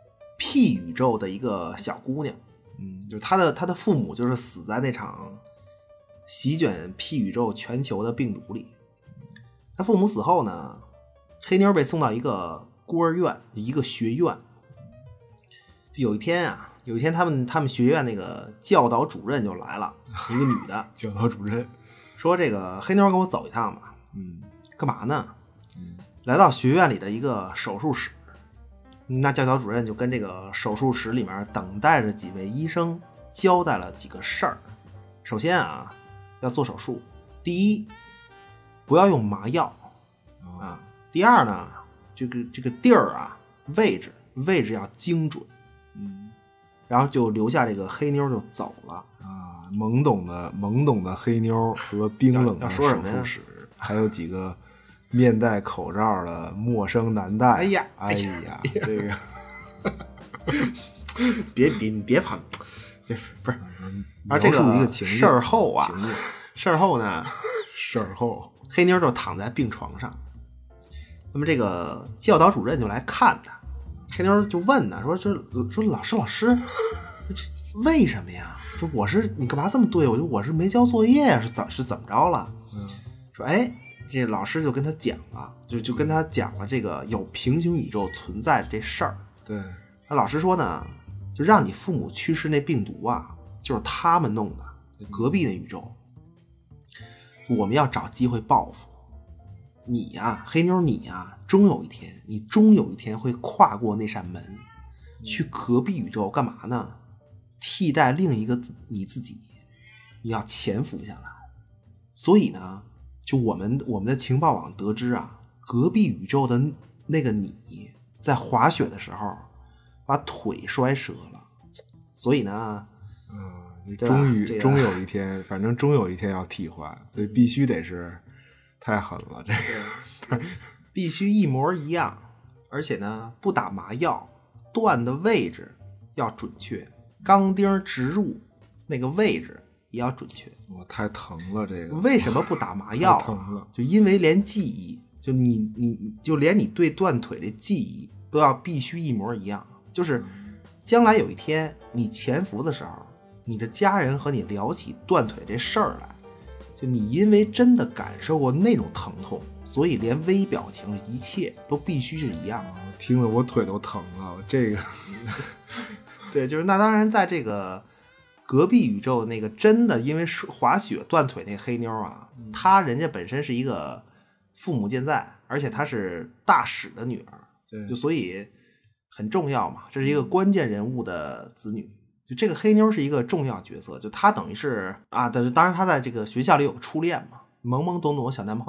P 宇宙的一个小姑娘，嗯，就她的她的父母就是死在那场席卷 P 宇宙全球的病毒里。他父母死后呢，黑妞被送到一个孤儿院，一个学院。有一天啊，有一天他们他们学院那个教导主任就来了，一个女的教导主任说：“这个黑妞跟我走一趟吧。” 嗯， 干嘛呢？ 嗯， 来到学院里的一个手术室，那教导主任就跟这个手术室里面等待着几位医生交代了几个事儿。首先啊，要做手术，第一，不要用麻药啊。第二呢，这个这个地儿啊，位置位置要精准。 嗯， 然后就留下这个黑妞就走了啊。懵懂的懵懂的黑妞和冰冷的手术室，还有几个面戴口罩的陌生男带。 哎呀， 哎呀，这个别别你别跑，这不是。 而这个一个情事儿后啊，事儿后呢， 事儿后。 黑妞就躺在病床上，那么这个教导主任就来看他，黑妞就问他说：“说说老师老师，为什么呀？说我是你干嘛这么对我？就我是没交作业呀，是怎是怎么着了？” 嗯， 说哎，这老师就跟他讲了，就就跟他讲了这个有平行宇宙存在的这事儿。 对， 那老师说呢，就让你父母去世那病毒啊，就是他们弄的，隔壁那宇宙。我们要找机会报复你呀，黑妞你呀，终有一天，你终有一天会跨过那扇门，去隔壁宇宙干嘛呢？替代另一个你自己，你要潜伏下来。所以呢，就我们我们的情报网得知啊，隔壁宇宙的那个你在滑雪的时候把腿摔折了，所以呢， 嗯。终于、 这个、 终有一天，反正终有一天要替换，所以必须得是太狠了，这个必须一模一样，而且呢不打麻药，断的位置要准确，钢钉植入那个位置也要准确。 我太疼了，这个为什么不打麻药、啊？ 疼了， 就因为连记忆，就你你就连你对断腿的记忆都要必须一模一样，就是将来有一天你潜伏的时候。你的家人和你聊起断腿这事儿来，就你因为真的感受过那种疼痛，所以连微表情一切都必须是一样的。 听得我腿都疼了，这个对，就是那当然在这个隔壁宇宙那个真的因为滑雪断腿那黑妞啊，嗯、她人家本身是一个父母健在，而且她是大使的女儿， 对， 就所以很重要嘛，这是一个关键人物的子女。就这个黑妞是一个重要角色，就她等于是啊，但是当然她在这个学校里有个初恋嘛，懵懵懂懂小男朋友，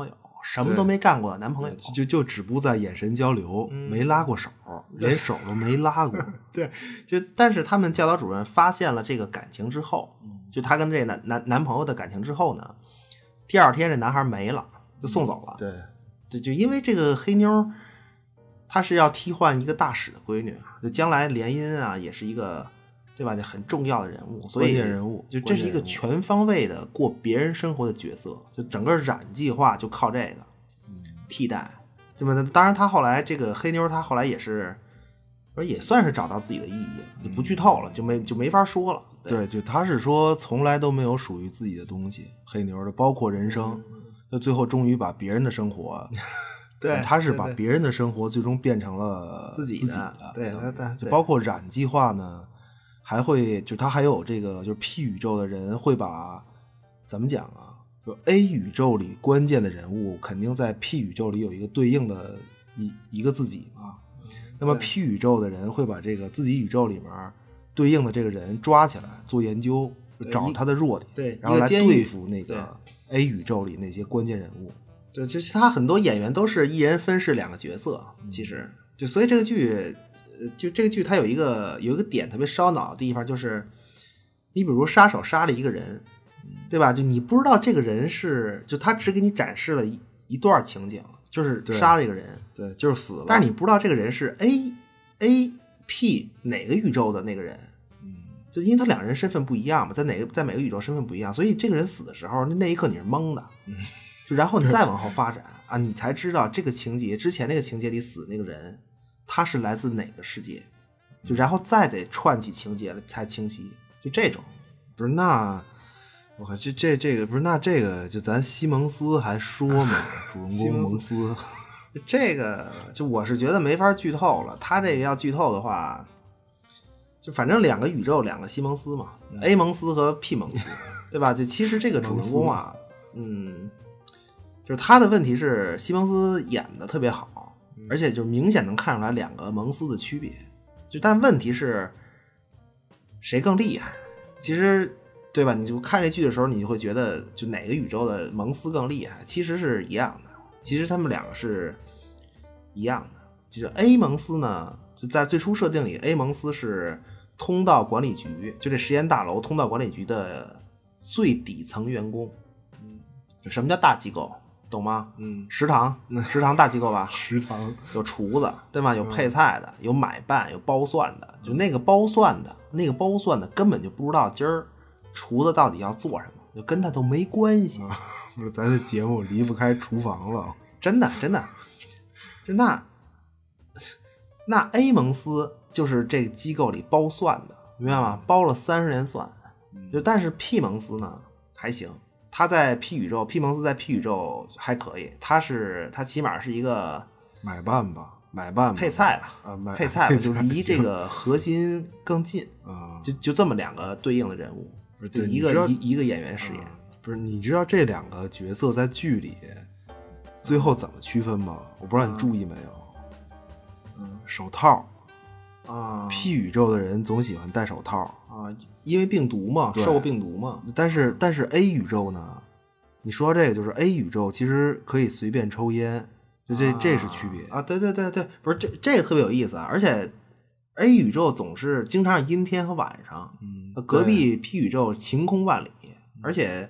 什么都没干过的男朋友， 就就就只不在眼神交流，嗯、没拉过手，连手都没拉过。 对，就但是他们教导主任发现了这个感情之后，就他跟这个男男男朋友的感情之后呢，第二天这男孩没了，就送走了。 嗯、对， 就就因为这个黑妞，她是要替换一个大使的闺女，就将来联姻啊，也是一个。对吧？就很重要的人物，所以关键人物， 就这是一个全方位的过别人生活的角色，就整个染计划就靠这个替代，对吧？当然，他后来这个黑妞，他后来也是，也算是找到自己的意义，就不剧透了，就没就没法说了。 对，对就他是说从来都没有属于自己的东西，黑妞的，包括人生，那、嗯、最后终于把别人的生活。 对， 他是把别人的生活最终变成了自己的， 对，对对， 就包括染计划呢。还会就他还有这个就是 P 宇宙的人会把怎么讲啊？就 A 宇宙里关键的人物肯定在 P 宇宙里有一个对应的一一个自己嘛。那么 P 宇宙的人会把这个自己宇宙里面对应的这个人抓起来做研究，找他的弱点， 对， 然后来对付那个 A 宇宙里那些关键人物。 对，就是他很多演员都是一人分饰两个角色，其实就所以这个剧。就这个剧它有一个有一个点特别烧脑的地方，就是你比如杀手杀了一个人，对吧？就你不知道这个人是，就他只给你展示了一一段情景，就是杀了一个人， 对，就是死了。 但是你不知道这个人是 A A P 哪个宇宙的那个人，嗯，就因为他两个人身份不一样嘛，在哪个在每个宇宙身份不一样，所以这个人死的时候，那一刻你是懵的，嗯，就然后你再往后发展啊，你才知道这个情节之前那个情节里死那个人。他是来自哪个世界？就然后再得串起情节了才清晰，就这种。 不是那，我靠，这这这个不是那这个就咱西蒙斯还说嘛，主人公蒙斯， 这个就我是觉得没法剧透了。他这个要剧透的话，就反正两个宇宙两个西蒙斯嘛、嗯、，A 蒙斯和 P 蒙斯，对吧？就其实这个主人公啊，嗯，就是他的问题是西蒙斯演的特别好。而且就是明显能看出来两个蒙斯的区别，就但问题是谁更厉害？其实对吧？你就看这剧的时候，你就会觉得就哪个宇宙的蒙斯更厉害，其实是一样的。其实他们两个是一样的。就是 A 蒙斯呢，就在最初设定里 ，A 蒙斯是通道管理局，就这实验大楼通道管理局的最底层员工。嗯，什么叫大机构？懂吗？ 嗯， 食堂，食堂大机构吧？ 食堂有厨子，对吗？有配菜的，有买办，有包蒜的。就那个包蒜的，那个包蒜的根本就不知道今儿厨子到底要做什么，就跟他都没关系。 啊、不是，咱这节目离不开厨房了， 真的，真的。就那那 A 蒙斯就是这个机构里包蒜的，明白吗？包了三十年蒜。就但是 P 蒙斯呢还行。他在 P 宇宙 ，P 蒙斯在 P 宇宙还可以，他是他起码是一个买办吧，买办吧配菜吧， 啊，买配菜吧，就离这个核心更近啊， 就就这么两个对应的人物， 不是对一个一一个演员饰演、 啊，不是你知道这两个角色在剧里最后怎么区分吗？我不知道你注意没有，嗯，手套啊 ，P 宇宙的人总喜欢戴手套啊。因为病毒嘛，受病毒嘛。 但是但是 A 宇宙呢？你说这个就是 A 宇宙其实可以随便抽烟，就这、啊、这是区别啊！对对对对，不是这这个特别有意思啊！而且 A 宇宙总是经常是阴天和晚上， 嗯， 隔壁 P 宇宙晴空万里，而且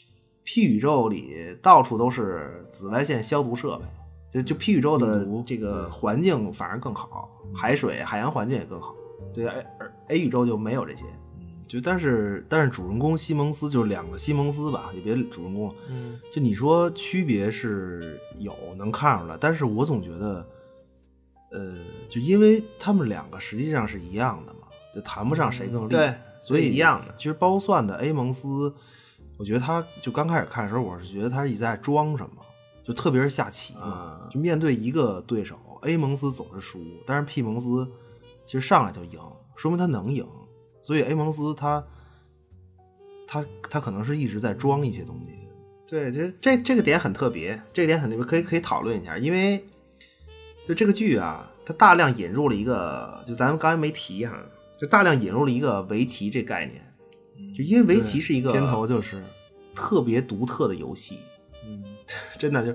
P 宇宙里到处都是紫外线消毒设备，就就 P 宇宙的这个环境反而更好，海水海洋环境也更好。对，而 A 宇宙就没有这些。 就但是但是主人公西蒙斯就是两个西蒙斯吧，也别主人公了。 嗯， 就你说区别是有能看出来，但是我总觉得，呃，就因为他们两个实际上是一样的嘛，就谈不上谁更厉害， 对， 所以一样的。 其实包蒜的 A 蒙斯，我觉得他就刚开始看的时候，我是觉得他一直在装什么，就特别是下棋嘛， 嗯、 就面对一个对手 ，A 蒙斯总是输，但是 P 蒙斯其实上来就赢，说明他能赢。所以 A 蒙斯他他他可能是一直在装一些东西。 对，这这这个点很特别，这个点很特别，可以可以讨论一下，因为就这个剧啊，它大量引入了一个，就咱们刚才没提哈，就大量引入了一个围棋这概念，就因为围棋是一个片头就是特别独特的游戏， 嗯， 真的就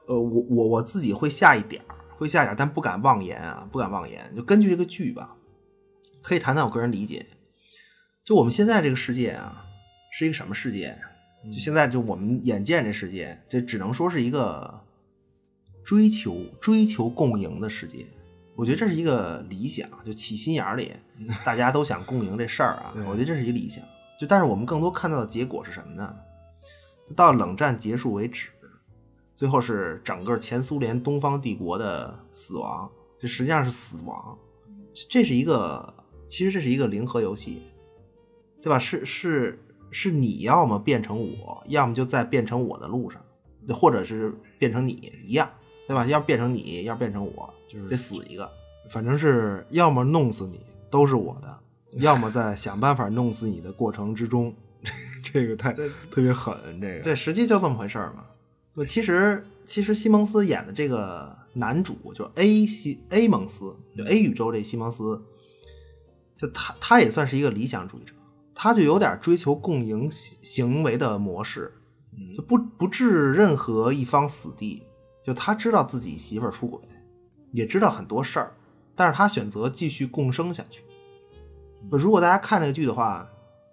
呃，我我我自己会下一点儿，会下一点儿，但不敢妄言啊，不敢妄言。就根据这个剧吧，可以谈谈我个人理解。就我们现在这个世界啊，是一个什么世界？就现在就我们眼见这世界，这只能说是一个追求追求共赢的世界。我觉得这是一个理想，就起心眼里大家都想共赢这事儿啊，我觉得这是一个理想。就但是我们更多看到的结果是什么呢？到冷战结束为止，最后是整个前苏联东方帝国的死亡，这实际上是死亡。这是一个，其实这是一个零和游戏，对吧？是是是，你要么变成我，要么就在变成我的路上，或者是变成你一样，对吧？要变成你，要变成我，就是得死一个。 反正是要么弄死你，都是我的，要么在想办法弄死你的过程之中，这个太特别狠，这个对，实际就这么回事嘛。对，其实其实西蒙斯演的这个男主就 A 西 A 蒙斯，就 A 宇宙这西蒙斯，就他他也算是一个理想主义者，他就有点追求共赢行为的模式，就不不置任何一方死地。就他知道自己媳妇儿出轨，也知道很多事儿，但是他选择继续共生下去。如果大家看这个剧的话，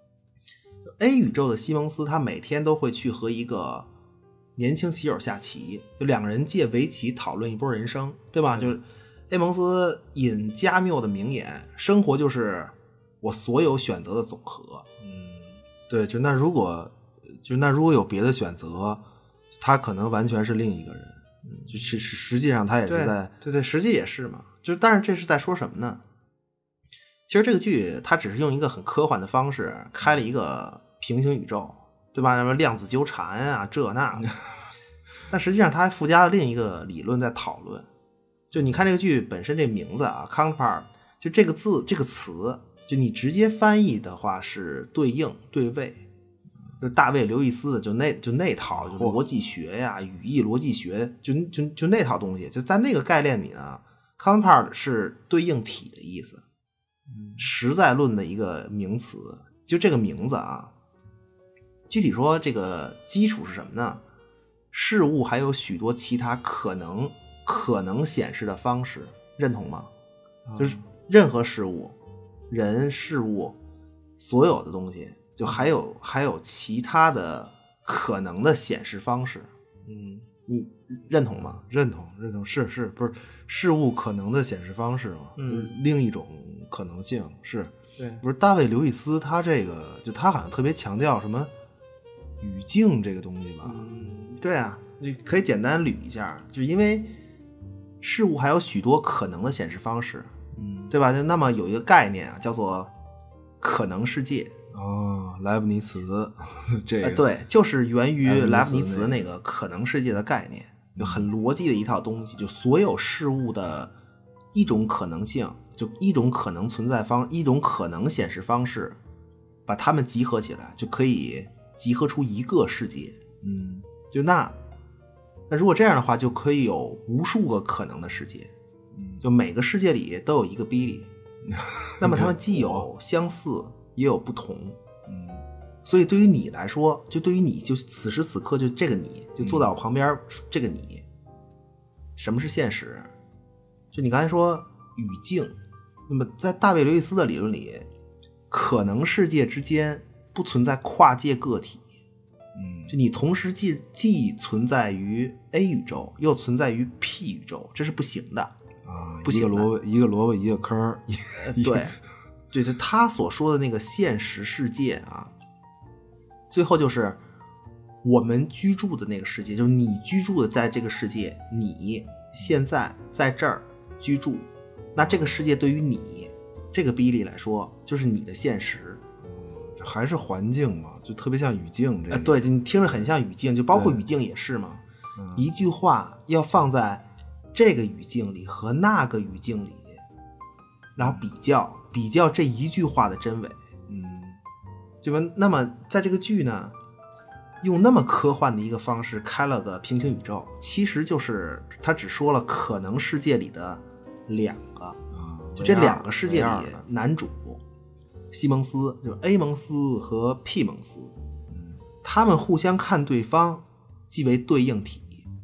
A 宇宙的西蒙斯他每天都会去和一个年轻棋友下棋，就两个人借围棋讨论一波人生，对吧？就是 A 蒙斯引加缪的名言，生活就是我所有选择的总和。 嗯，对，就那如果就那如果有别的选择，他可能完全是另一个人。嗯，就是实际上他也是在对 对, 对实际也是嘛。就但是这是在说什么呢？其实这个剧它只是用一个很科幻的方式开了一个平行宇宙，对吧？什么量子纠缠啊，这那的。但实际上它还附加了另一个理论在讨论。就你看这个剧本身这名字啊 ，counterpart， 就这个字这个词，就你直接翻译的话是对应对位。就大卫刘易斯的就那就那套就逻辑学呀、语义逻辑学，就就就那套东西，就在那个概念里呢 ，counterpart 是对应体的意思，实在论的一个名词。就这个名字啊，具体说这个基础是什么呢？事物还有许多其他可能可能显示的方式，认同吗？就是任何事物、人、事物，所有的东西。就还有还有其他的可能的显示方式，嗯，你认同吗？ 认同，认同，是是，不是事物可能的显示方式嘛？嗯，另一种可能性是， 对， 不是大卫刘易斯他这个就他好像特别强调什么语境这个东西吧？ 嗯，对啊，你可以简单捋一下，就因为事物还有许多可能的显示方式，嗯，对吧？就那么有一个概念啊，叫做可能世界。 哦，莱布尼茨这个、 呃、对，就是源于莱布尼茨那个可能世界的概念，就很逻辑的一套东西，就所有事物的一种可能性，就一种可能存在方，一种可能显示方式，把它们集合起来，就可以集合出一个世界。嗯，就那那如果这样的话，就可以有无数个可能的世界，就每个世界里都有一个比利，那么它们既有相似。也有不同，嗯，所以对于你来说，就对于你就此时此刻就这个你就坐在我旁边、嗯、这个你，什么是现实？就你刚才说语境，那么在大卫刘易斯的理论里，可能世界之间不存在跨界个体，嗯，就你同时既既存在于 A 宇宙，又存在于 P 宇宙，这是不行的啊， 不行的， 一个萝卜一个萝卜一个坑儿， 对。对，就他所说的那个现实世界啊，最后就是我们居住的那个世界，就是你居住的在这个世界，你现在在这儿居住，那这个世界对于你这个比例来说，就是你的现实。 嗯，还是环境嘛，就特别像语境这个。 呃、对，你听着很像语境，就包括语境也是嘛。嗯、一句话要放在这个语境里和那个语境里，然后比较。比较这一句话的真伪，嗯，对吧？那么在这个剧呢，用那么科幻的一个方式开了个平行宇宙，其实就是他只说了可能世界里的两个，啊、就这两个世界里，男主西蒙斯，就是 A 蒙斯和 P 蒙斯，嗯，他们互相看对方即为对应体，嗯，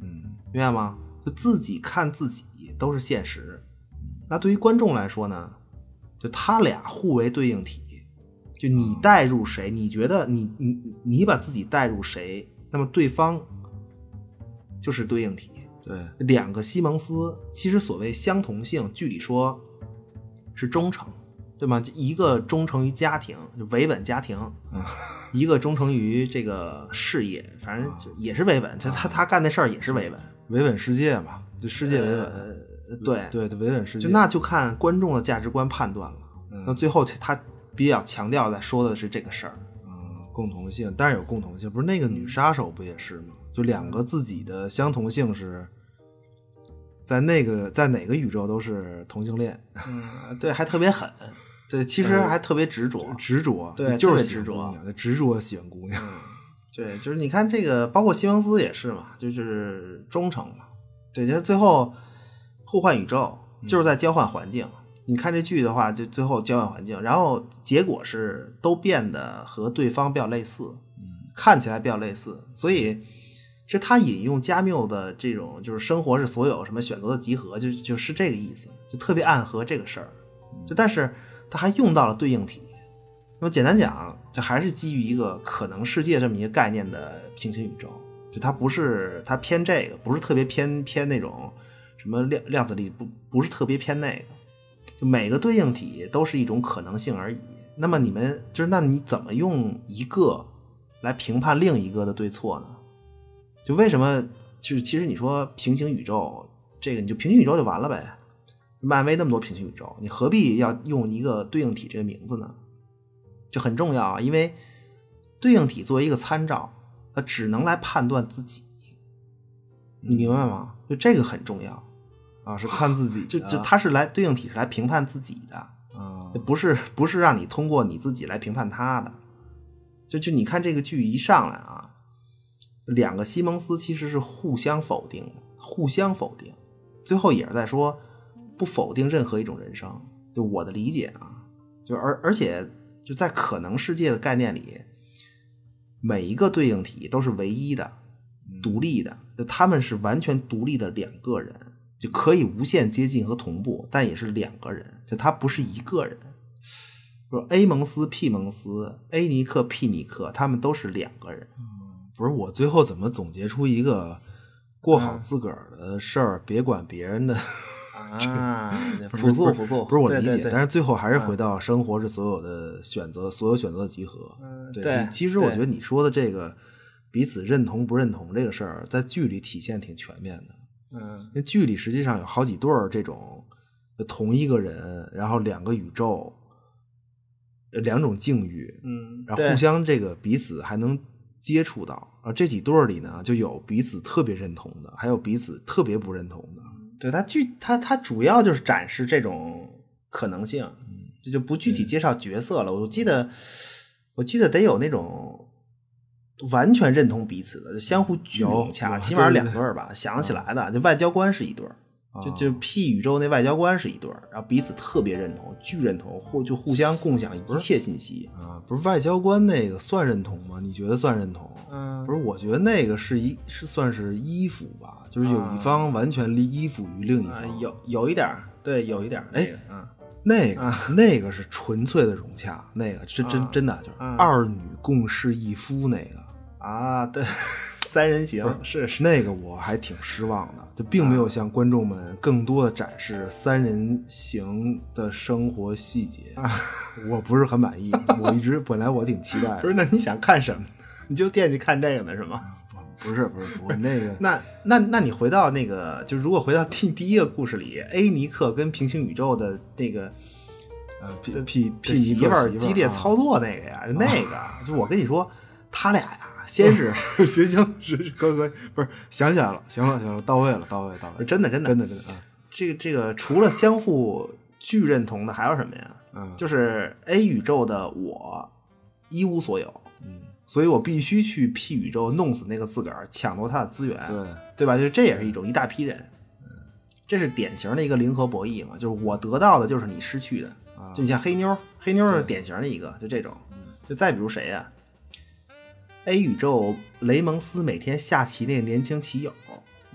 明白吗？就自己看自己都是现实。那对于观众来说呢，就他俩互为对应体，就你带入谁，你觉得你你你把自己带入谁，那么对方就是对应体。 对， 两个西蒙斯其实所谓相同性，剧里说是忠诚，对吗？一个忠诚于家庭，就维稳家庭， 嗯、 一个忠诚于这个事业，反正就也是维稳，他他他干那事儿也是维稳， 维稳世界嘛，就世界维稳， 呃、对对对，维稳世界， 就那就看观众的价值观判断了。嗯、那最后他比较强调在说的是这个事儿， 嗯，共同性，但是有共同性，不是那个女杀手不也是吗？就两个自己的相同性是。在那个在哪个宇宙都是同性恋， 嗯，对，还特别狠，对，其实还特别执着， 执着， 对， 就是执着， 执着喜欢姑娘， 嗯，对，就是你看这个，包括西蒙斯也是嘛，就是忠诚嘛，对，就最后互换宇宙就是在交换环境。嗯、你看这剧的话，就最后交换环境，然后结果是都变得和对方比较类似，嗯、看起来比较类似，所以。其实他引用加缪的这种，就是生活是所有什么选择的集合，就就是这个意思，就特别暗合这个事儿。就但是他还用到了对应体。那么简单讲，这还是基于一个可能世界这么一个概念的平行宇宙。就它不是它偏这个，不是特别偏偏那种什么量量子力，不不是特别偏那个。就每个对应体都是一种可能性而已。那么你们就是那你怎么用一个来评判另一个的对错呢？就为什么就是其实你说平行宇宙这个你就平行宇宙就完了呗，漫威那么多平行宇宙，你何必要用一个对应体这个名字呢？就很重要啊，因为对应体作为一个参照，它只能来判断自己，你明白吗？就这个很重要啊，是看自己， 就就它是来对应体是来评判自己的啊，不是不是让你通过你自己来评判他的。就就你看这个剧一上来啊。两个西蒙斯其实是互相否定的，互相否定，最后也是在说不否定任何一种人生。就我的理解啊，就而而且就在可能世界的概念里，每一个对应体都是唯一的、独立的，就他们是完全独立的两个人，就可以无限接近和同步，但也是两个人，就他不是一个人。说 A 蒙斯、P 蒙斯、A 尼克、P 尼克，他们都是两个人。 不是我最后怎么总结出一个过好自个儿的事儿，嗯、别管别人的啊？朴素朴素， 不是我理解， 对对对， 但是最后还是回到生活是所有的选择，嗯、所有选择的集合。 嗯、 对， 对其实我觉得你说的这个彼此认同不认同这个事儿，在剧里体现挺全面的。 嗯， 因为剧里实际上有好几对儿这种同一个人，然后两个宇宙，两种境遇， 嗯， 然后互相这个彼此还能接触到，啊，这几对儿里呢，就有彼此特别认同的，还有彼此特别不认同的。 对，它剧它它主要就是展示这种可能性，嗯，这就不具体介绍角色了。我记得我记得得有那种完全认同彼此的，就相互聚融洽，起码两对儿吧，想起来的，就外交官是一对儿。就就 P 宇宙那外交官是一对儿，然后彼此特别认同，巨认同，或就互相共享一切信息啊。不是外交官那个算认同吗？你觉得算认同？ 嗯， 不是，我觉得那个是一是算是依附吧，就是有一方完全立依附于另一方， 啊、有有一点，对，有一点。 哎， 啊， 那个、啊、那个是纯粹的融洽，那个是真、啊、真的就是二女共侍一夫那个啊，对。三人行是是那个我还挺失望的，就并没有向观众们更多的展示三人行的生活细节，啊、我不是很满意。我一直本来我挺期待的， 不是？那你想看什么？你就惦记看这个呢是吗？ 不是不是，我那个那那那你回到那个，就如果回到第第一个故事里，A 尼克跟平行宇宙的那个呃 P P P 媳妇儿激烈操作那个呀，啊、那个就我跟你说，他俩呀。先是行行是哥哥不是想起来了，行了行了，到位了到位到位， 真的真的真的真的啊！ 这个这个除了相互巨认同的，还有什么呀？ 嗯， 就是 A 宇宙的我一无所有， 嗯， 所以我必须去 P 宇宙弄死那个自个儿，抢夺他的资源， 对对吧？就这也是一种一大批人， 嗯， 这是典型的一个零和博弈嘛，就是我得到的就是你失去的，啊、就你像黑妞，黑妞是典型的一个，就这种，就再比如谁呀、啊？A 宇宙雷蒙斯每天下棋那年轻棋友， 嗯，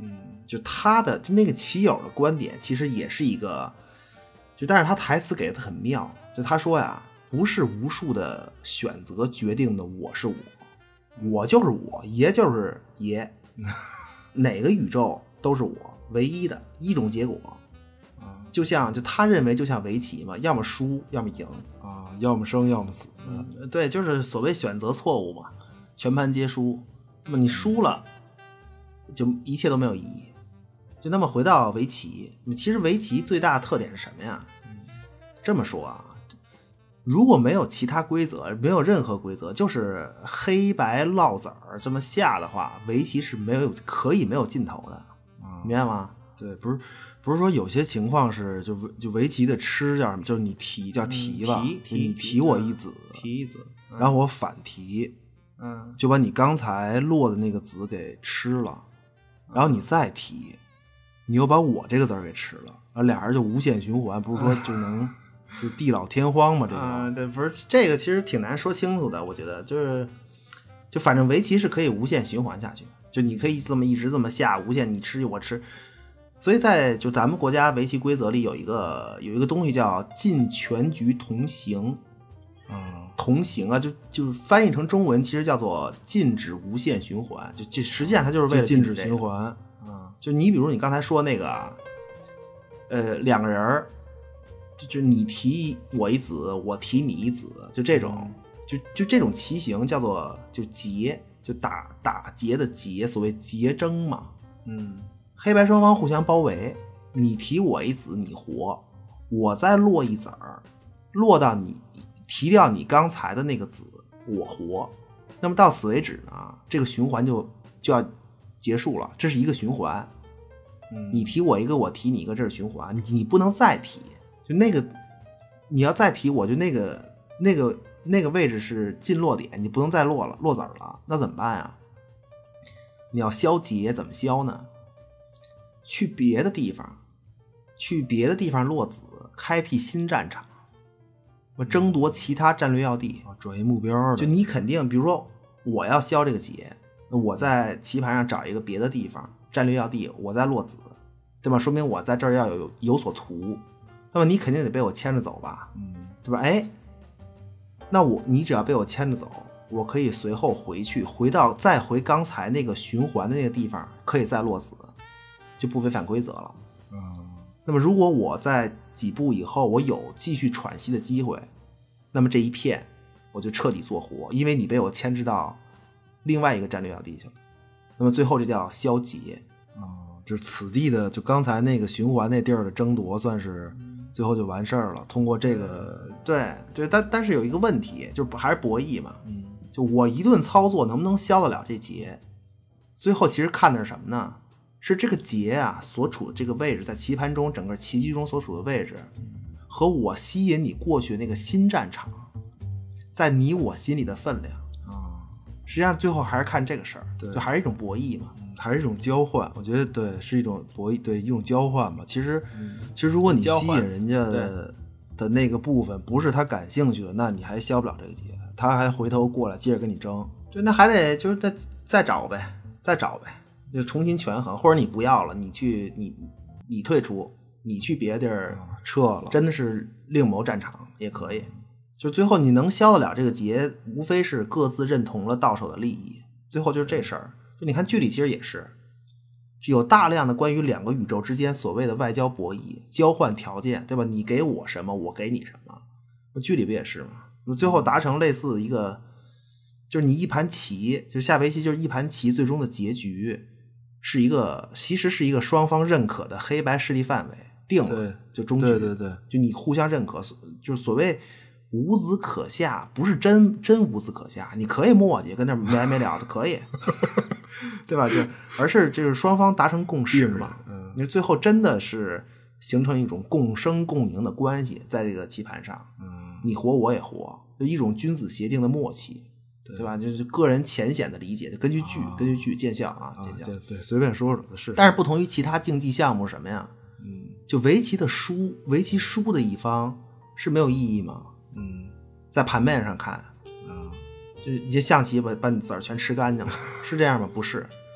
就他的就那个棋友的观点，其实也是一个，就但是他台词给的很妙，就他说呀，不是无数的选择决定的我是我，我就是我，爷就是爷，哪个宇宙都是我唯一的一种结果。就像就他认为就像围棋嘛，要么输要么赢啊，要么生要么死。 嗯，对，就是所谓选择错误嘛，全盘皆输。那么你输了，就一切都没有意义。就那么回到围棋，其实围棋最大的特点是什么呀？这么说啊，如果没有其他规则，没有任何规则，就是黑白落子儿这么下的话，围棋是没有可以没有尽头的， 啊、 明白吗？ 对，不是。不是说有些情况是就就围棋的吃叫什么？就是你提叫提吧， 嗯、提提你提我一子， 提一子， 嗯、然后我反提， 嗯， 就把你刚才落的那个子给吃了，然后你再提，你又把我这个子儿给吃了，然后俩人就无限循环，不是说就能、嗯、就地老天荒吗？这个啊、对，不是这个其实挺难说清楚的，我觉得就是就反正围棋是可以无限循环下去，就你可以这么一直这么下，无限你吃我吃。所以在就咱们国家围棋规则里有一个有一个东西叫尽全局同行， 嗯， 同行啊，就就翻译成中文其实叫做禁止无限循环，就这实际上它就是为了禁止、 止循环啊、嗯。就你比如你刚才说那个，呃，两个人就就你提我一子，我提你一子，就这种，嗯、就就这种棋形叫做就劫，就打打劫的劫，所谓劫争嘛， 嗯。 黑白双方互相包围，你提我一子你活，我再落一子儿，落到你提掉你刚才的那个子我活，那么到此为止呢，这个循环就就要结束了，这是一个循环。 嗯， 你提我一个我提你一个，这是循环，你你不能再提，就那个你要再提我就那个那个那个位置是进落点，你不能再落了落子儿了，那怎么办呀？你要消劫怎么消呢？去别的地方，去别的地方落子，开辟新战场，争夺其他战略要地， 啊，转移目标。 就你肯定，比如说我要消这个劫，那我在棋盘上找一个别的地方战略要地，我再落子，对吧？说明我在这儿要有有所图，那么你肯定得被我牵着走吧， 嗯， 对吧？哎，那我你只要被我牵着走，我可以随后回去，回到再回刚才那个循环的那个地方，可以再落子。就不违反规则了。 嗯， 那么如果我在几步以后我有继续喘息的机会，那么这一片我就彻底做活，因为你被我牵制到另外一个战略要地去了。那么最后这叫消劫。 啊、嗯，就是此地的就刚才那个循环那地儿的争夺，算是最后就完事儿了。通过这个， 对对，但但是有一个问题，就是还是博弈嘛。 嗯， 就我一顿操作能不能消得了这劫？最后其实看的是什么呢？是这个劫啊所处的这个位置，在棋盘中整个棋局中所处的位置，和我吸引你过去的那个新战场，在你我心里的分量啊， 实际上最后还是看这个事儿， 对， 就还是一种博弈嘛， 嗯、还是一种交换。我觉得对，是一种博弈，对，一种交换吧。其实， 嗯、 其实如果你吸引人家的的那个部分不是他感兴趣的，那你还消不了这个劫，他还回头过来接着跟你争， 就那还得就是再再找呗，再找呗。就重新权衡，或者你不要了，你去你你退出，你去别的地儿撤了， 真的是另谋战场也可以。就最后你能消得了这个劫，无非是各自认同了到手的利益，最后就是这事儿。就你看剧里其实也是，有大量的关于两个宇宙之间所谓的外交博弈、交换条件，对吧？你给我什么，我给你什么。剧里不也是吗？最后达成类似一个，就是你一盘棋，就下围棋就是一盘棋，最终的结局。是一个，其实是一个双方认可的黑白势力范围定了，就终局。 对对对， 就你互相认可，就是所谓无子可下，不是真真无子可下，你可以磨叽，跟那没完没了的可以，对吧？就而是就是双方达成共识嘛。 嗯， 你最后真的是形成一种共生共赢的关系，在这个棋盘上， 嗯， 你活我也活，就一种君子协定的默契。对, 对吧？就是个人浅显的理解，就根据剧、啊、根据剧见效啊，见效。 啊、对，随便说说的是。 但是不同于其他竞技项目是什么呀？ 嗯， 就围棋的输，围棋输的一方是没有意义吗？ 嗯， 在盘面上看， 啊， 就一些象棋把把你子儿全吃干净了，是这样吗？不是，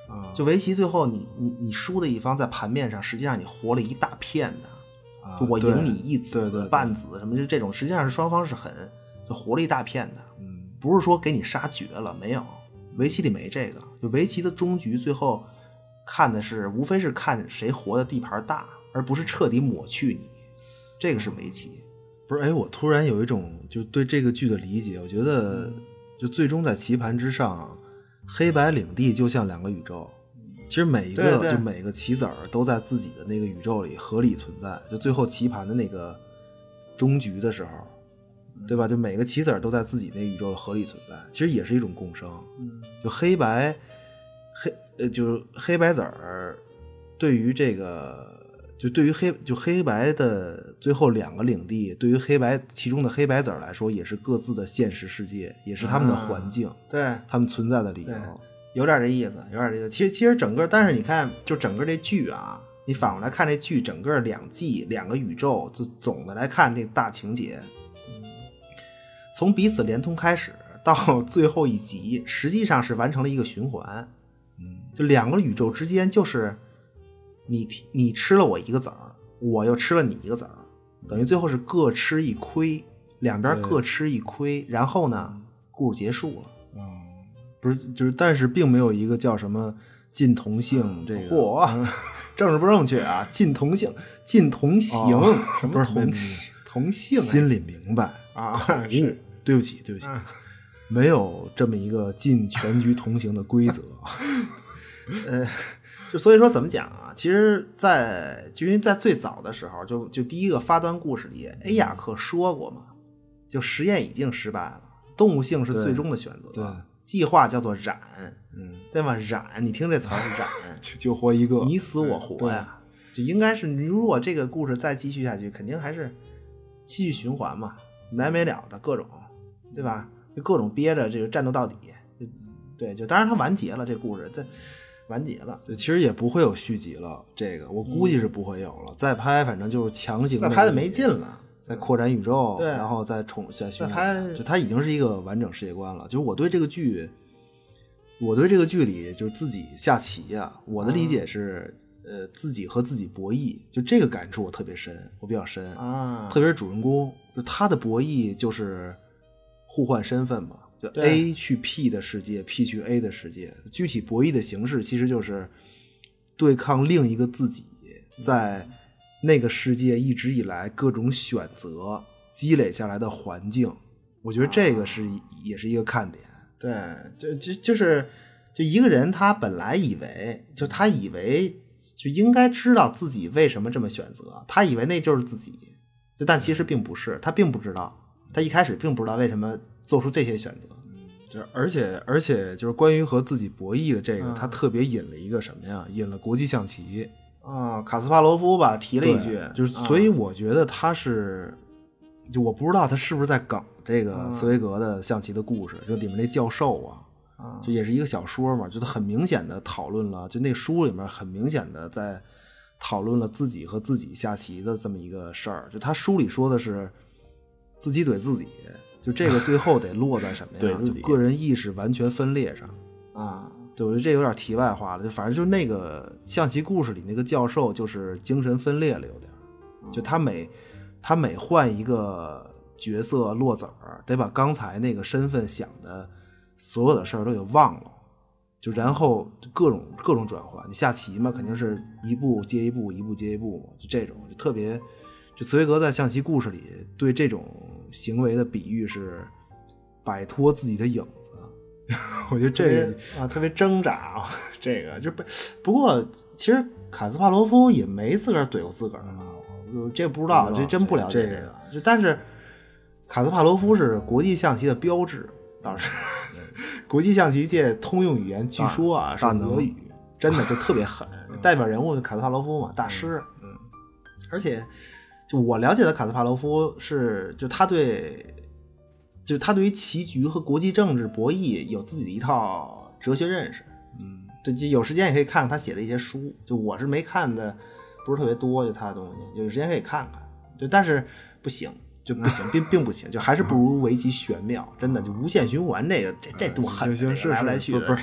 啊、就围棋最后你你你输的一方在盘面上，实际上你活了一大片的，啊、就我赢你一子、 对对对半子什么，就这种实际上是双方是很就活了一大片的， 嗯， 不是说给你杀绝了，没有，围棋里没这个，就围棋的终局最后看的是无非是看谁活的地盘大，而不是彻底抹去你，这个是围棋。 不是，哎，我突然有一种就对这个剧的理解，我觉得就最终在棋盘之上，黑白领地就像两个宇宙，其实每一个对对就每个棋子儿都在自己的那个宇宙里合理存在，就最后棋盘的那个终局的时候，对吧？就每个棋子儿都在自己那个宇宙里合理存在，其实也是一种共生。就黑白黑呃，就是黑白子儿对于这个。就对于黑就黑白的最后两个领地，对于黑白其中的黑白子儿来说，也是各自的现实世界，也是他们的环境， 啊、对他们存在的理由， 有点这意思，有点这意思。其实其实整个，但是你看，就整个这剧啊，你反过来看这剧，整个两季两个宇宙，就总的来看这大情节，嗯，从彼此连通开始到最后一集，实际上是完成了一个循环，嗯，就两个宇宙之间就是。你你吃了我一个子儿，我又吃了你一个子儿，等于最后是各吃一亏，两边各吃一亏，然后呢，故事结束了。 嗯，不是，就是，但是并没有一个叫什么近同性这个， 嚯、嗯，政治不正确啊，近同性，近同行， 哦、 什么同同性、哎， 心里明白啊， 是，对不起，对不起，啊、没有这么一个近全局同行的规则， 呃。就所以说怎么讲啊？其实在，就因为在最早的时候，就就第一个发端故事里 ，A 雅克说过嘛，就实验已经失败了，动物性是最终的选择， 对， 计划叫做染， 嗯， 对吧？染，你听这词儿染， 就就活一个， 你死我活呀，就应该是，如果这个故事再继续下去，肯定还是继续循环嘛，没没了的各种，对吧？就各种憋着这个战斗到底，对，就当然它完结了，这故事这。完结了， 其实也不会有续集了。这个我估计是不会有了。嗯、再拍，反正就是强行再拍的没劲了， 再扩展宇宙， 对， 然后再重再再拍， 就它已经是一个完整世界观了。就是我对这个剧，我对这个剧里就是自己下棋呀、啊，我的理解是，嗯、呃，自己和自己博弈，就这个感触我特别深，我比较深啊。 特别是主人公，就他的博弈就是互换身份嘛。就 A 去 P 的世界 ，P 去 A 的世界，具体博弈的形式其实就是对抗另一个自己，在那个世界一直以来各种选择积累下来的环境，我觉得这个是、啊、也是一个看点。 对，就就就是就一个人他本来以为，就他以为就应该知道自己为什么这么选择，他以为那就是自己，就但其实并不是，他并不知道，他一开始并不知道为什么做出这些选择。 就而且而且就是关于和自己博弈的这个， 嗯、 他特别引了一个什么呀？引了国际象棋啊，卡斯帕罗夫吧提了一句， 就是所以我觉得他是，啊、就我不知道他是不是在梗这个茨威格的象棋的故事，嗯、就里面那教授啊， 啊就也是一个小说嘛，就他很明显的讨论了，就那书里面很明显的在讨论了自己和自己下棋的这么一个事儿，就他书里说的是自己怼自己。就这个最后得落在什么呀？ 对自己就个人意识完全分裂上啊！ 对，我觉得这有点题外话了。就反正就是那个象棋故事里那个教授，就是精神分裂了，有点。就他每他每换一个角色落子儿，得把刚才那个身份想的所有的事儿都给忘了。就然后各种各种转换。你下棋嘛，肯定是一步接一步，一步接一步嘛，就这种就特别。就茨威格在象棋故事里对这种行为的比喻是摆脱自己的影子，我觉得这个啊特别挣扎啊，这个就不不过其实卡斯帕罗夫也没自个儿怼过自个儿啊，这不知道，这真不了解这个。就但是卡斯帕罗夫是国际象棋的标志，当时国际象棋界通用语言据说啊是俄语，真的就特别狠，代表人物卡斯帕罗夫嘛，大师，嗯，而且。就我了解的卡斯帕罗夫是，就他对，就他对于棋局和国际政治博弈有自己的一套哲学认识。嗯，对，就有时间也可以看看他写的一些书。就我是没看的，不是特别多，就他的东西，有时间可以看看。就但是不行，就不行，并并不行，就还是不如围棋玄妙。真的，就无限循环这个，这这多狠， 行行是来来去的。 不是，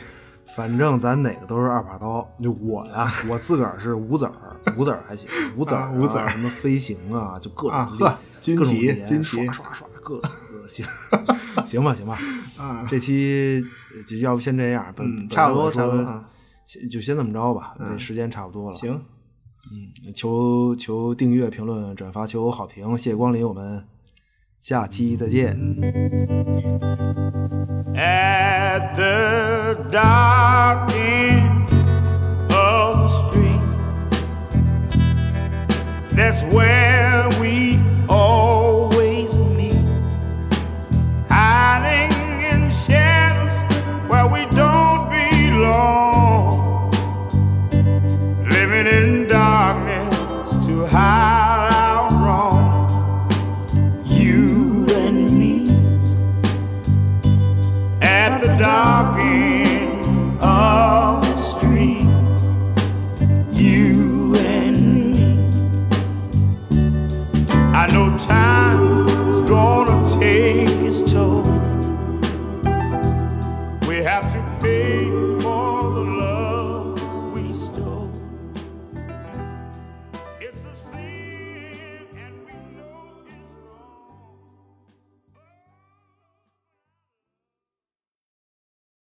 反正咱哪个都是二把刀。就我呀，我自个儿是五子儿，五子儿还行，五子儿、啊、 五子儿什么飞行啊，就各种啊练， 军各种旗连军旗刷刷刷，各种各行，行吧行吧。 啊， 这期就要不先这样，本、 嗯、差不多差不多，啊、 就先这么着吧。 嗯、 这时间差不多了。 行， 嗯，求求订阅、评论、转发，求好评，谢谢光临，我们下期再见。 At the dark end of the street, that's where we always meet, hiding in shadows where we don't belong, living in darkness to hide our wrong. You and me at the dark end of the street, you and me. I know time's gonna take its toll. We have to pay